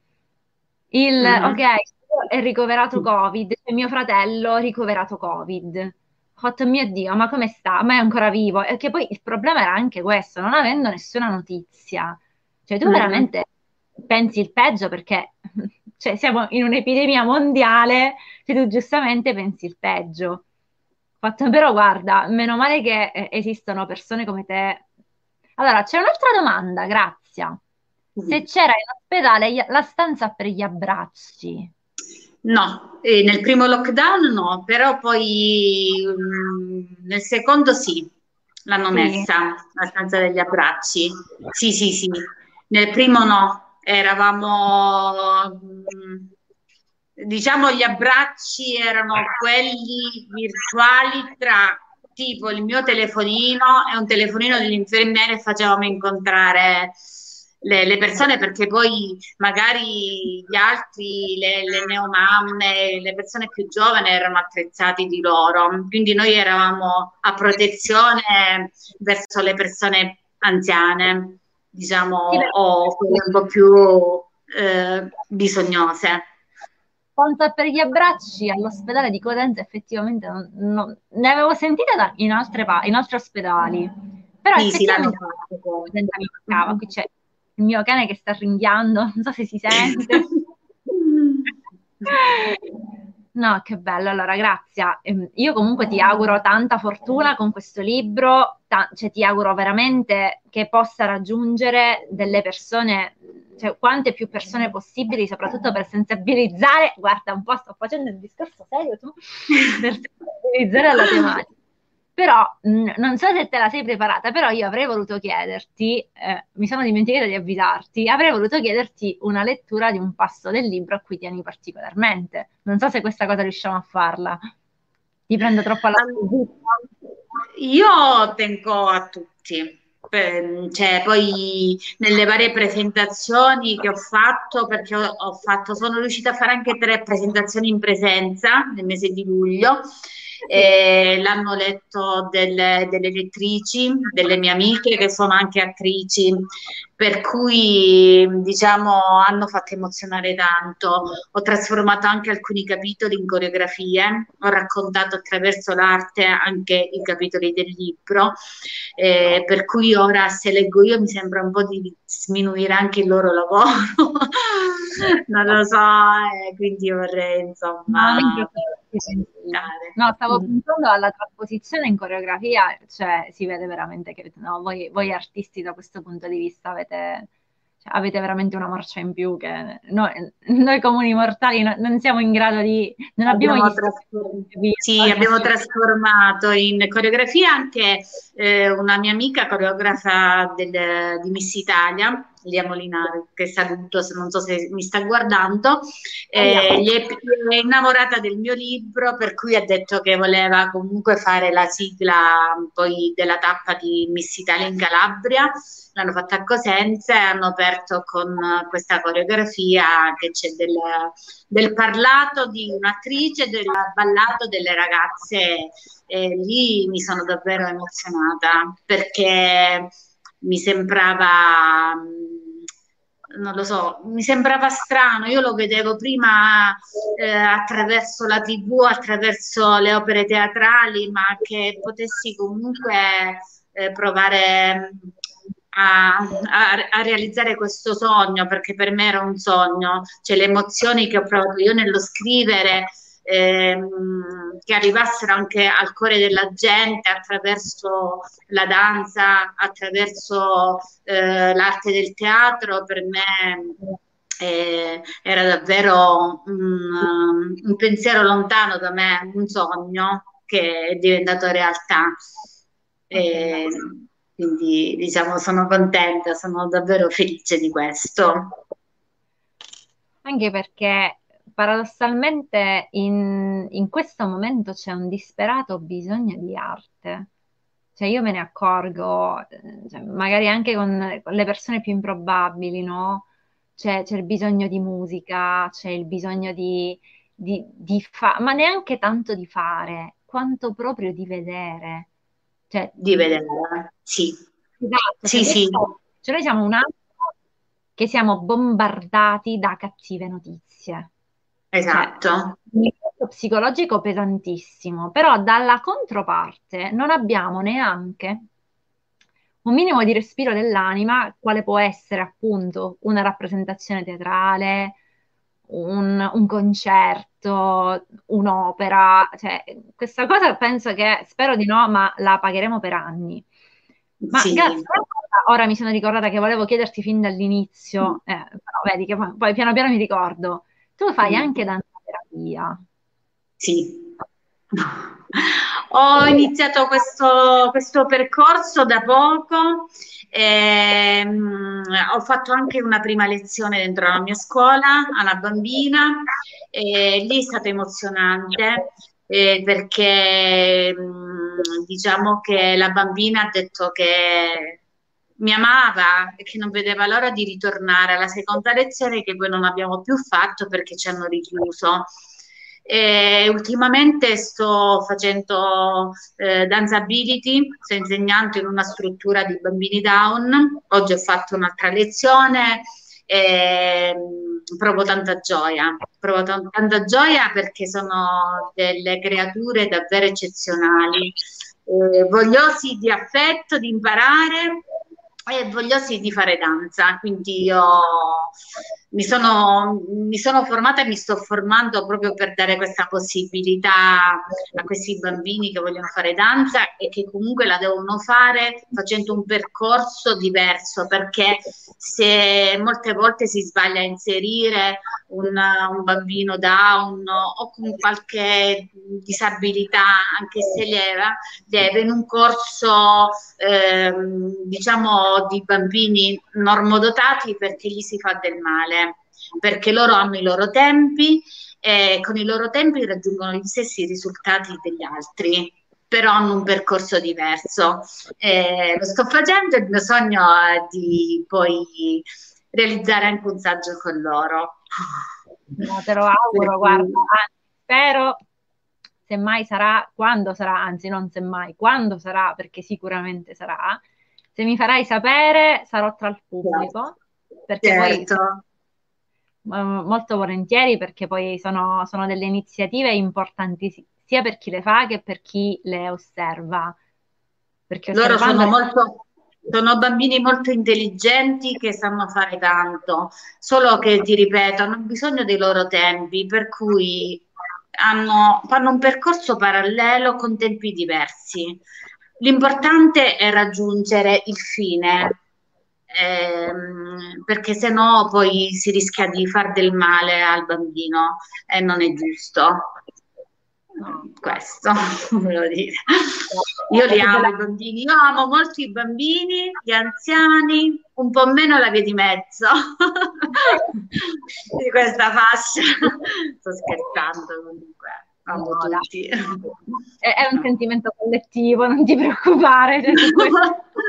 Ok, Mhm. è ricoverato Covid, c'è mio fratello ricoverato Covid. Ho fatto, mio Dio, ma come sta? Ma è ancora vivo? E che poi il problema era anche questo, non avendo nessuna notizia. Cioè, tu Mhm. veramente pensi il peggio perché cioè, siamo in un'epidemia mondiale, cioè tu giustamente pensi il peggio. Fatto, però guarda, meno male che esistono persone come te. Allora, c'è un'altra domanda, Grazia. Se Mhm. c'era in ospedale la stanza per gli abbracci. No, nel primo lockdown no, però poi nel secondo sì, l'hanno Sì, messa la stanza degli abbracci. Sì, sì, sì. Nel primo no, eravamo, diciamo, gli abbracci erano quelli virtuali tra tipo il mio telefonino e un telefonino dell'infermiere e facevamo incontrare le persone, perché poi magari gli altri, le neomamme, le persone più giovani erano attrezzati di loro, quindi noi eravamo a protezione verso le persone anziane, diciamo, sì, o quelle un po' più bisognose. quanto per gli abbracci all'ospedale di Cosenza effettivamente ne avevo sentite in altri ospedali, però Sì, sì, l'hanno effettivamente fatto poi. Cosenza mi mancava. Qui c'è il mio cane che sta ringhiando, non so se si sente. No, che bello. Allora, Grazia, io comunque ti auguro tanta fortuna con questo libro, cioè ti auguro veramente che possa raggiungere delle persone, cioè quante più persone possibili, soprattutto per sensibilizzare, guarda un po', sto facendo il discorso serio tu, per sensibilizzare alla tematica. Però non so se te la sei preparata, però io avrei voluto chiederti, mi sono dimenticata di avvisarti, avrei voluto chiederti una lettura di un passo del libro a cui tieni particolarmente. Non so se questa cosa riusciamo a farla. Ti prendo troppo alla sprovvista. Io tengo a tutti, cioè, poi nelle varie presentazioni che ho fatto, perché sono riuscita a fare anche 3 presentazioni in presenza nel mese di luglio, l'hanno letto delle lettrici, delle mie amiche che sono anche attrici, per cui diciamo hanno fatto emozionare tanto. Ho trasformato anche alcuni capitoli in coreografie, ho raccontato attraverso l'arte anche i capitoli del libro, per cui ora se leggo io mi sembra un po' di sminuire anche il loro lavoro, non lo so, quindi vorrei No, non insomma sì. dare. No, stavo pensando alla trasposizione in coreografia, cioè si vede veramente che no, voi artisti da questo punto di vista avete veramente una marcia in più che noi comuni mortali non siamo in grado di, non abbiamo gli strumenti Sì, abbiamo trasformato in coreografia anche una mia amica coreografa di Miss Italia, Lia Molinari, che saluto, non so se mi sta guardando, Speriamo. gli è innamorata del mio libro, per cui ha detto che voleva comunque fare la sigla poi della tappa di Miss Italia in Calabria. L'hanno fatta a Cosenza e hanno aperto con questa coreografia che c'è del parlato di un'attrice e del ballato delle ragazze. E lì mi sono davvero emozionata perché mi sembrava, non lo so, mi sembrava strano. Io lo vedevo prima attraverso la TV, attraverso le opere teatrali, ma che potessi comunque provare a realizzare questo sogno, perché per me era un sogno, cioè le emozioni che ho provato io nello scrivere, che arrivassero anche al cuore della gente attraverso la danza, attraverso l'arte del teatro, per me era davvero un pensiero lontano da me, un sogno che è diventato realtà. Ma che bello. E quindi diciamo sono contenta, sono davvero felice di questo. Anche perché paradossalmente in questo momento c'è un disperato bisogno di arte. Cioè io me ne accorgo, cioè, magari anche con le persone più improbabili, no? C'è il bisogno di musica, c'è il bisogno di fare, ma neanche tanto di fare, quanto proprio di vedere. Cioè, Di vederla. Sì, esatto, cioè sì, sì, cioè noi siamo un attimo che siamo bombardati da cattive notizie. Cioè, esatto. un impatto psicologico pesantissimo, però dalla controparte non abbiamo neanche un minimo di respiro dell'anima, quale può essere appunto una rappresentazione teatrale, un concerto, un'opera. Cioè, questa cosa penso che, spero di no, ma la pagheremo per anni. Ma Gaz, Sì. ora mi sono ricordata che volevo chiederti fin dall'inizio, però vedi che poi piano piano mi ricordo, tu fai Mm. anche danzaterapia. Sì. Ho iniziato questo percorso da poco, ho fatto anche una prima lezione dentro la mia scuola a una bambina, e lì è stato emozionante perché diciamo che la bambina ha detto che mi amava e che non vedeva l'ora di ritornare alla seconda lezione che poi non abbiamo più fatto perché ci hanno richiuso. E ultimamente sto facendo Danceability, sto insegnando in una struttura di bambini Down. Oggi ho fatto un'altra lezione e provo tanta gioia. Provo tanta gioia perché sono delle creature davvero eccezionali, vogliosi di affetto, di imparare e vogliosi di fare danza. Quindi io mi sono formata e mi sto formando proprio per dare questa possibilità a questi bambini che vogliono fare danza e che comunque la devono fare facendo un percorso diverso, perché se molte volte si sbaglia a inserire un bambino down o con qualche disabilità, anche se lieve, in un corso diciamo di bambini normodotati, perché gli si fa del male, perché loro hanno i loro tempi e con i loro tempi raggiungono gli stessi risultati degli altri, però hanno un percorso diverso. Lo sto facendo e il mio sogno è di poi realizzare anche un saggio con loro. No, te lo Per auguro, guarda, cui, anzi, spero, semmai sarà, quando sarà, anzi non semmai, quando sarà, perché sicuramente sarà, se mi farai sapere sarò tra il pubblico, perché poi certo. molto volentieri, perché poi sono delle iniziative importanti sia per chi le fa che per chi le osserva, perché Loro osservandole... sono bambini molto intelligenti che sanno fare tanto, solo che, ti ripeto, hanno bisogno dei loro tempi, per cui fanno un percorso parallelo con tempi diversi. L'importante è raggiungere il fine, perché se no poi si rischia di far del male al bambino e non è giusto. No, Questo volevo dire. Io li amo i bambini, io amo molto i bambini, gli anziani, un po' meno la via di mezzo di questa fascia. Sto scherzando comunque, amo no, dai. tutti. È un sentimento collettivo, non ti preoccupare, cioè, su questo.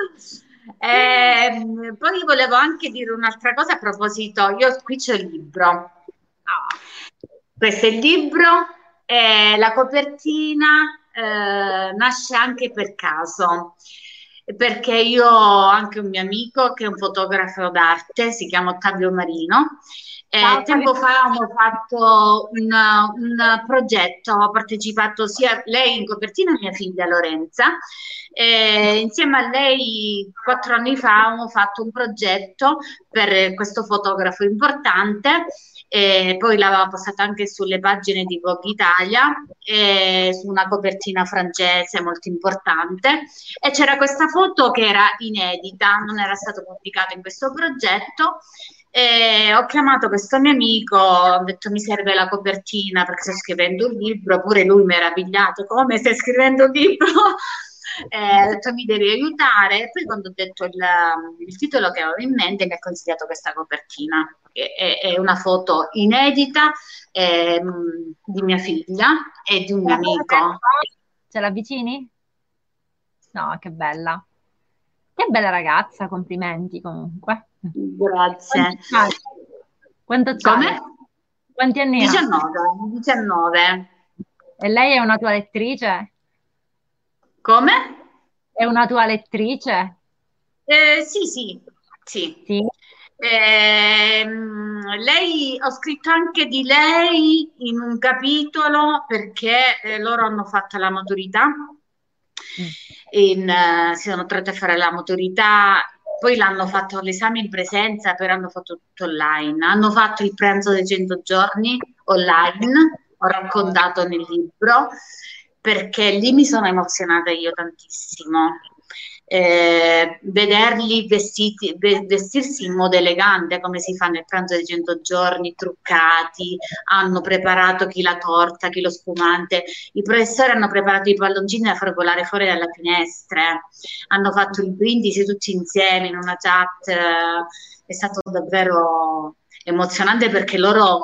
Poi volevo anche dire un'altra cosa a proposito, io qui c'è il libro. Ah, Questo è il libro, la copertina nasce anche per caso, perché io ho anche un mio amico che è un fotografo d'arte, si chiama Ottavio Marino. ciao, Fabio. Tempo fa abbiamo fatto un progetto, ho partecipato sia lei in copertina e mia figlia Lorenza. Insieme a lei 4 anni fa abbiamo fatto un progetto per questo fotografo importante e poi l'aveva postata anche sulle pagine di Vogue Italia, su una copertina francese molto importante e c'era questa foto che era inedita, non era stato pubblicato in questo progetto. E ho chiamato questo mio amico, ho detto mi serve la copertina perché sto scrivendo un libro, pure lui meravigliato, come stai scrivendo un libro? Ho detto mi devi aiutare. E poi quando ho detto il titolo che avevo in mente mi ha consigliato questa copertina, che è una foto inedita di mia figlia e di un Ce mio la fai vedere? amico. Ce l'avvicini? No, che bella. Che bella ragazza, complimenti comunque. Grazie. Quanti c'hai? Quanto Come? c'hai? Quanti anni ha? 19, 19. E lei è una tua lettrice? Come? È una tua lettrice? Sì, sì, sì. Sì. Lei, ho scritto anche di lei in un capitolo perché loro hanno fatto la maturità, Mm. si sono trovate a fare la maturità, poi l'hanno fatto l'esame in presenza, però hanno fatto tutto online. Hanno fatto il pranzo dei 100 giorni online, ho raccontato nel libro, perché lì mi sono emozionata io tantissimo. Vederli vestirsi in modo elegante come si fa nel pranzo dei 100 giorni, truccati, hanno preparato chi la torta, chi lo spumante, i professori hanno preparato i palloncini da far volare fuori dalle finestre, hanno fatto il brindisi tutti insieme in una chat, è stato davvero emozionante perché loro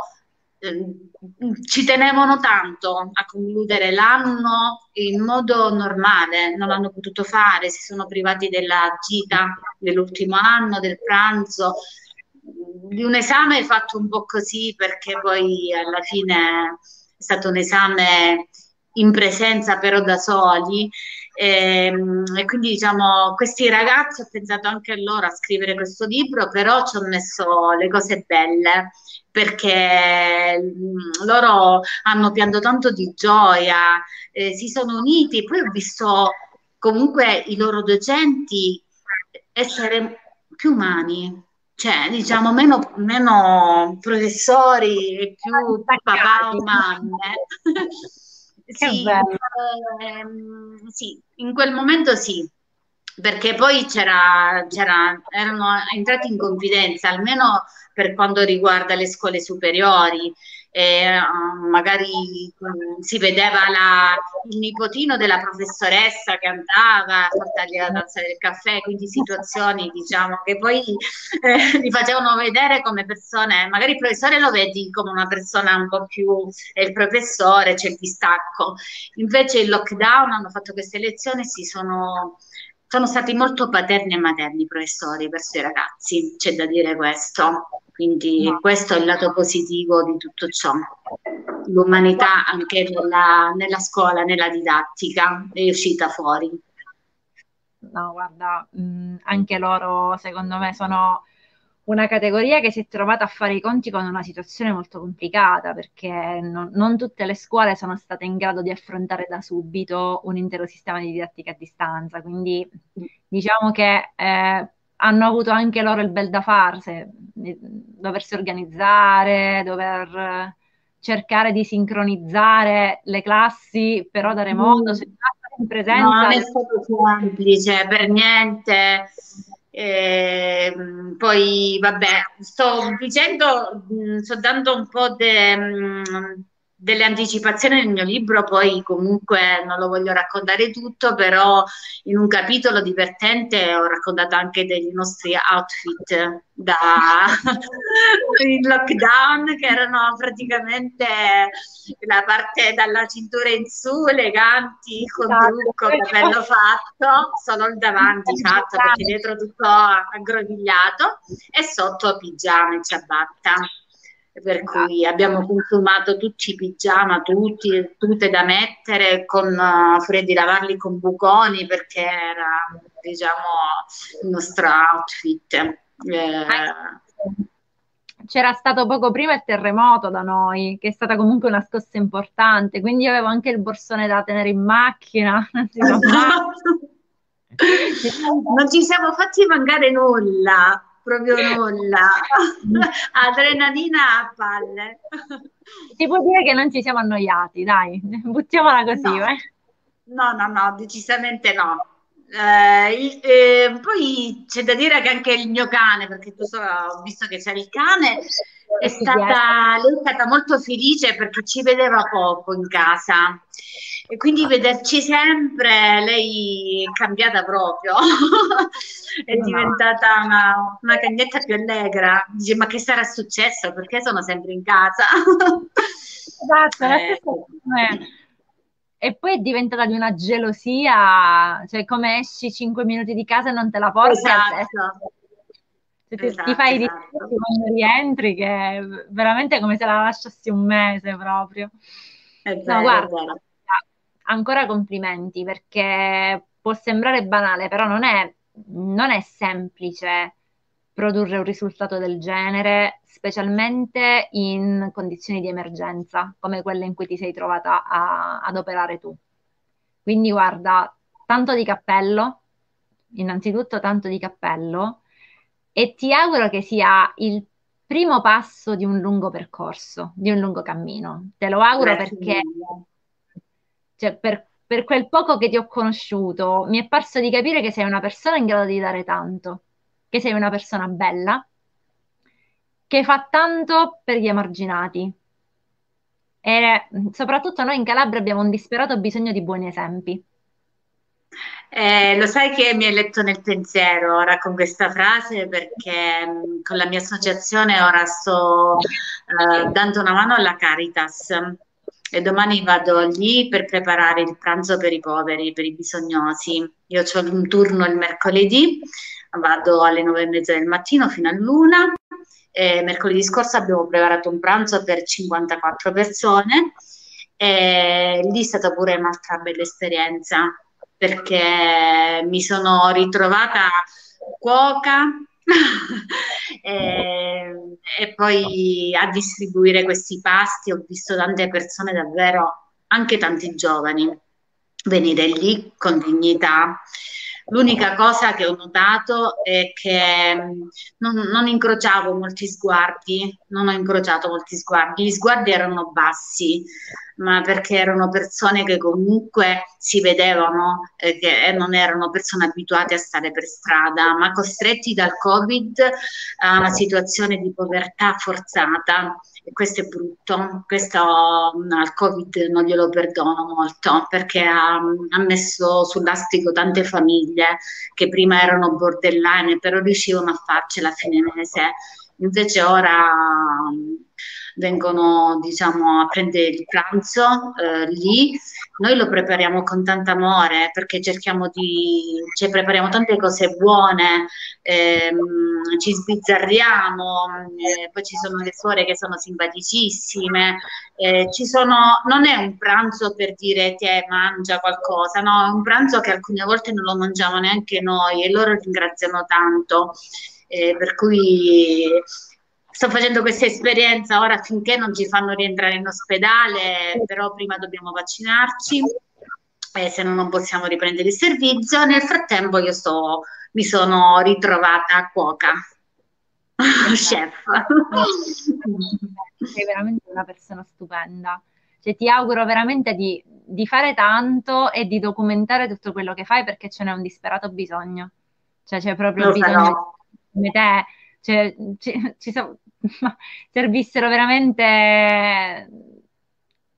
ci tenevano tanto a concludere l'anno in modo normale, non l'hanno potuto fare, si sono privati della gita dell'ultimo anno, del pranzo, di un esame fatto un po' così perché poi alla fine è stato un esame in presenza però da soli e quindi diciamo questi ragazzi ho pensato anche a loro a scrivere questo libro, però ci ho messo le cose belle perché loro hanno pianto tanto di gioia, si sono uniti, poi ho visto comunque i loro docenti essere più umani, cioè diciamo meno professori e più papà o Staccati. mamme. Che Sì, bello. sì, in quel momento sì, perché poi erano entrati in confidenza, almeno per quanto riguarda le scuole superiori. Magari si vedeva il nipotino della professoressa che andava a portargli la tazza del caffè, quindi situazioni diciamo che poi li facevano vedere come persone, magari il professore lo vedi come una persona un po' più, è il professore, c'è il distacco. Invece il lockdown hanno fatto queste lezioni e sono stati molto paterni e materni i professori verso i ragazzi, c'è da dire questo. No. Quindi questo è il lato positivo di tutto ciò. L'umanità anche nella scuola, nella didattica è uscita fuori. No, guarda, anche loro secondo me sono una categoria che si è trovata a fare i conti con una situazione molto complicata perché non tutte le scuole sono state in grado di affrontare da subito un intero sistema di didattica a distanza, quindi diciamo che hanno avuto anche loro il bel da farsi, doversi organizzare, dover cercare di sincronizzare le classi però da remoto, se Mm. in No, non presenza. è stato semplice per niente. Poi, vabbè, sto dicendo, sto dando un po' delle anticipazioni nel mio libro, poi comunque non lo voglio raccontare tutto, però in un capitolo divertente ho raccontato anche dei nostri outfit da in lockdown, che erano praticamente la parte dalla cintura in su, eleganti, con Esatto. trucco, capello fatto, solo il davanti fatto perché dietro tutto aggrovigliato e sotto pigiama e ciabatta. Per cui abbiamo consumato tutti i pigiama, tutti, tutte da mettere, con freddi lavarli con buconi perché era, diciamo, il nostro outfit. C'era stato poco prima il terremoto da noi, che è stata comunque una scossa importante, quindi io avevo anche il borsone da tenere in macchina, non si sa mai. Non ci siamo fatti mancare nulla, proprio nulla. Adrenalina a palle. Si può dire che non ci siamo annoiati, dai, buttiamola così, No, vai. no, decisamente no. Poi c'è da dire che anche il mio cane, perché ho visto che c'era il cane, Che ti chiedo. lei è stata molto felice perché ci vedeva poco in casa e quindi vederci sempre, lei è cambiata proprio, è Io no. diventata una cagnetta più allegra. Dice, ma che sarà successo? Perché sono sempre in casa? Esatto, la stessa Sì. cosa con me. E poi è diventata di una gelosia, cioè come esci 5 minuti di casa e non te la porti, Esatto, cioè, ti esatto, fai i esatto. discorsi quando rientri che è veramente come se la lasciassi un mese proprio. È No, vero, è guarda, vero. ancora complimenti perché può sembrare banale, però non è semplice produrre un risultato del genere, specialmente in condizioni di emergenza, come quelle in cui ti sei trovata ad operare tu. Quindi guarda, tanto di cappello, innanzitutto tanto di cappello, e ti auguro che sia il primo passo di un lungo percorso, di un lungo cammino. Te lo auguro Grazie perché mille. cioè, per quel poco che ti ho conosciuto, mi è parso di capire che sei una persona in grado di dare tanto, che sei una persona bella, che fa tanto per gli emarginati. E soprattutto noi in Calabria abbiamo un disperato bisogno di buoni esempi. Lo sai che mi hai letto nel pensiero ora con questa frase perché con la mia associazione ora sto dando una mano alla Caritas e domani vado lì per preparare il pranzo per i poveri, per i bisognosi. Io ho un turno il mercoledì, vado alle 9:30 del mattino fino all'una. Mercoledì scorso abbiamo preparato un pranzo per 54 persone e lì è stata pure un'altra bella esperienza perché mi sono ritrovata cuoca e poi a distribuire questi pasti ho visto tante persone davvero, anche tanti giovani, venire lì con dignità. L'unica cosa che ho notato è che non incrociavo molti sguardi, non ho incrociato molti sguardi, gli sguardi erano bassi, ma perché erano persone che comunque si vedevano che non erano persone abituate a stare per strada, ma costretti dal Covid a una situazione di povertà forzata. E questo è brutto, questo al Covid non glielo perdono molto perché ha messo sul lastrico tante famiglie che prima erano bordellane, però riuscivano a farcela a fine mese. Invece ora vengono, diciamo, a prendere il pranzo lì. Noi lo prepariamo con tanto amore perché cerchiamo cioè prepariamo tante cose buone, ci sbizzarriamo, poi ci sono le suore che sono simpaticissime, non è un pranzo per dire te mangia qualcosa, no, è un pranzo che alcune volte non lo mangiamo neanche noi e loro ringraziano tanto. Per cui sto facendo questa esperienza ora finché non ci fanno rientrare in ospedale, però prima dobbiamo vaccinarci, se no non possiamo riprendere il servizio. Nel frattempo mi sono ritrovata a cuoca, Che bello. chef. Sei veramente una persona stupenda. Cioè, ti auguro veramente di fare tanto e di documentare tutto quello che fai perché ce n'è un disperato bisogno. Cioè, c'è proprio Lo farò. bisogno di come te. Cioè, servissero veramente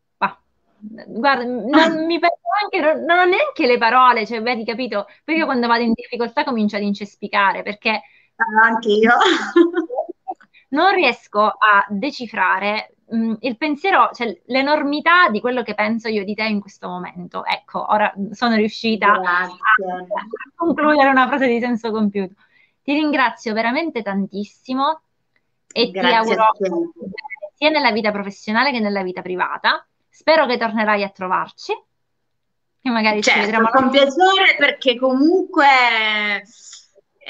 Guarda, non mi perdo anche, non ho neanche le parole, cioè, vedi, capito? Perché io quando vado in difficoltà comincio ad incespicare, perché Anche io. non riesco a decifrare il pensiero, cioè l'enormità di quello che penso io di te in questo momento. Ecco, ora sono riuscita Grazie. a concludere una frase di senso compiuto. Ti ringrazio veramente tantissimo e ti Grazie a auguro te. bene sia nella vita professionale che nella vita privata. Spero che tornerai a trovarci e magari ci vedremo. Certo, con piacere perché comunque è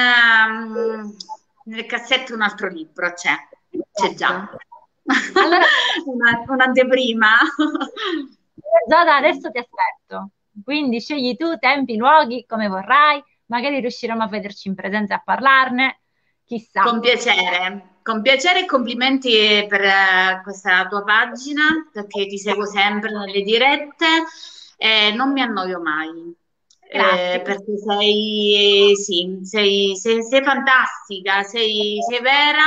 nel cassetto un altro libro, c'è già. Certo. Allora, Un'anteprima. già da adesso ti aspetto. Quindi scegli tu tempi, luoghi, come vorrai. Magari riusciremo a vederci in presenza e a parlarne. Chissà. Con piacere e complimenti per questa tua pagina, perché ti seguo sempre nelle dirette e non mi annoio mai. Grazie. Perché sì, sei fantastica, sei vera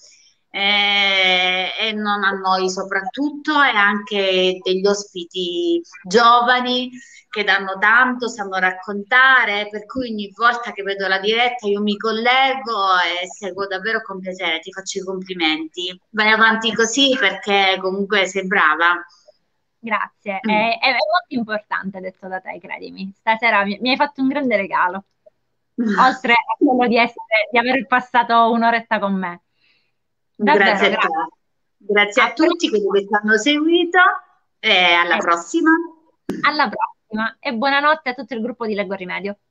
e non annoi soprattutto e anche degli ospiti giovani che danno tanto, sanno raccontare, per cui ogni volta che vedo la diretta io mi collego e seguo davvero con piacere, ti faccio i complimenti. Vai avanti così perché comunque sei brava. Grazie. Mm. È molto importante, detto da te, credimi. Stasera mi hai fatto un grande regalo. Oltre a quello di aver passato un'oretta con me. Grazie Davvero, a te. grazie. Grazie A a tutti quelli che presto ci hanno seguito e alla e prossima. alla prossima. E buonanotte a tutto il gruppo di Leggo Rimedio.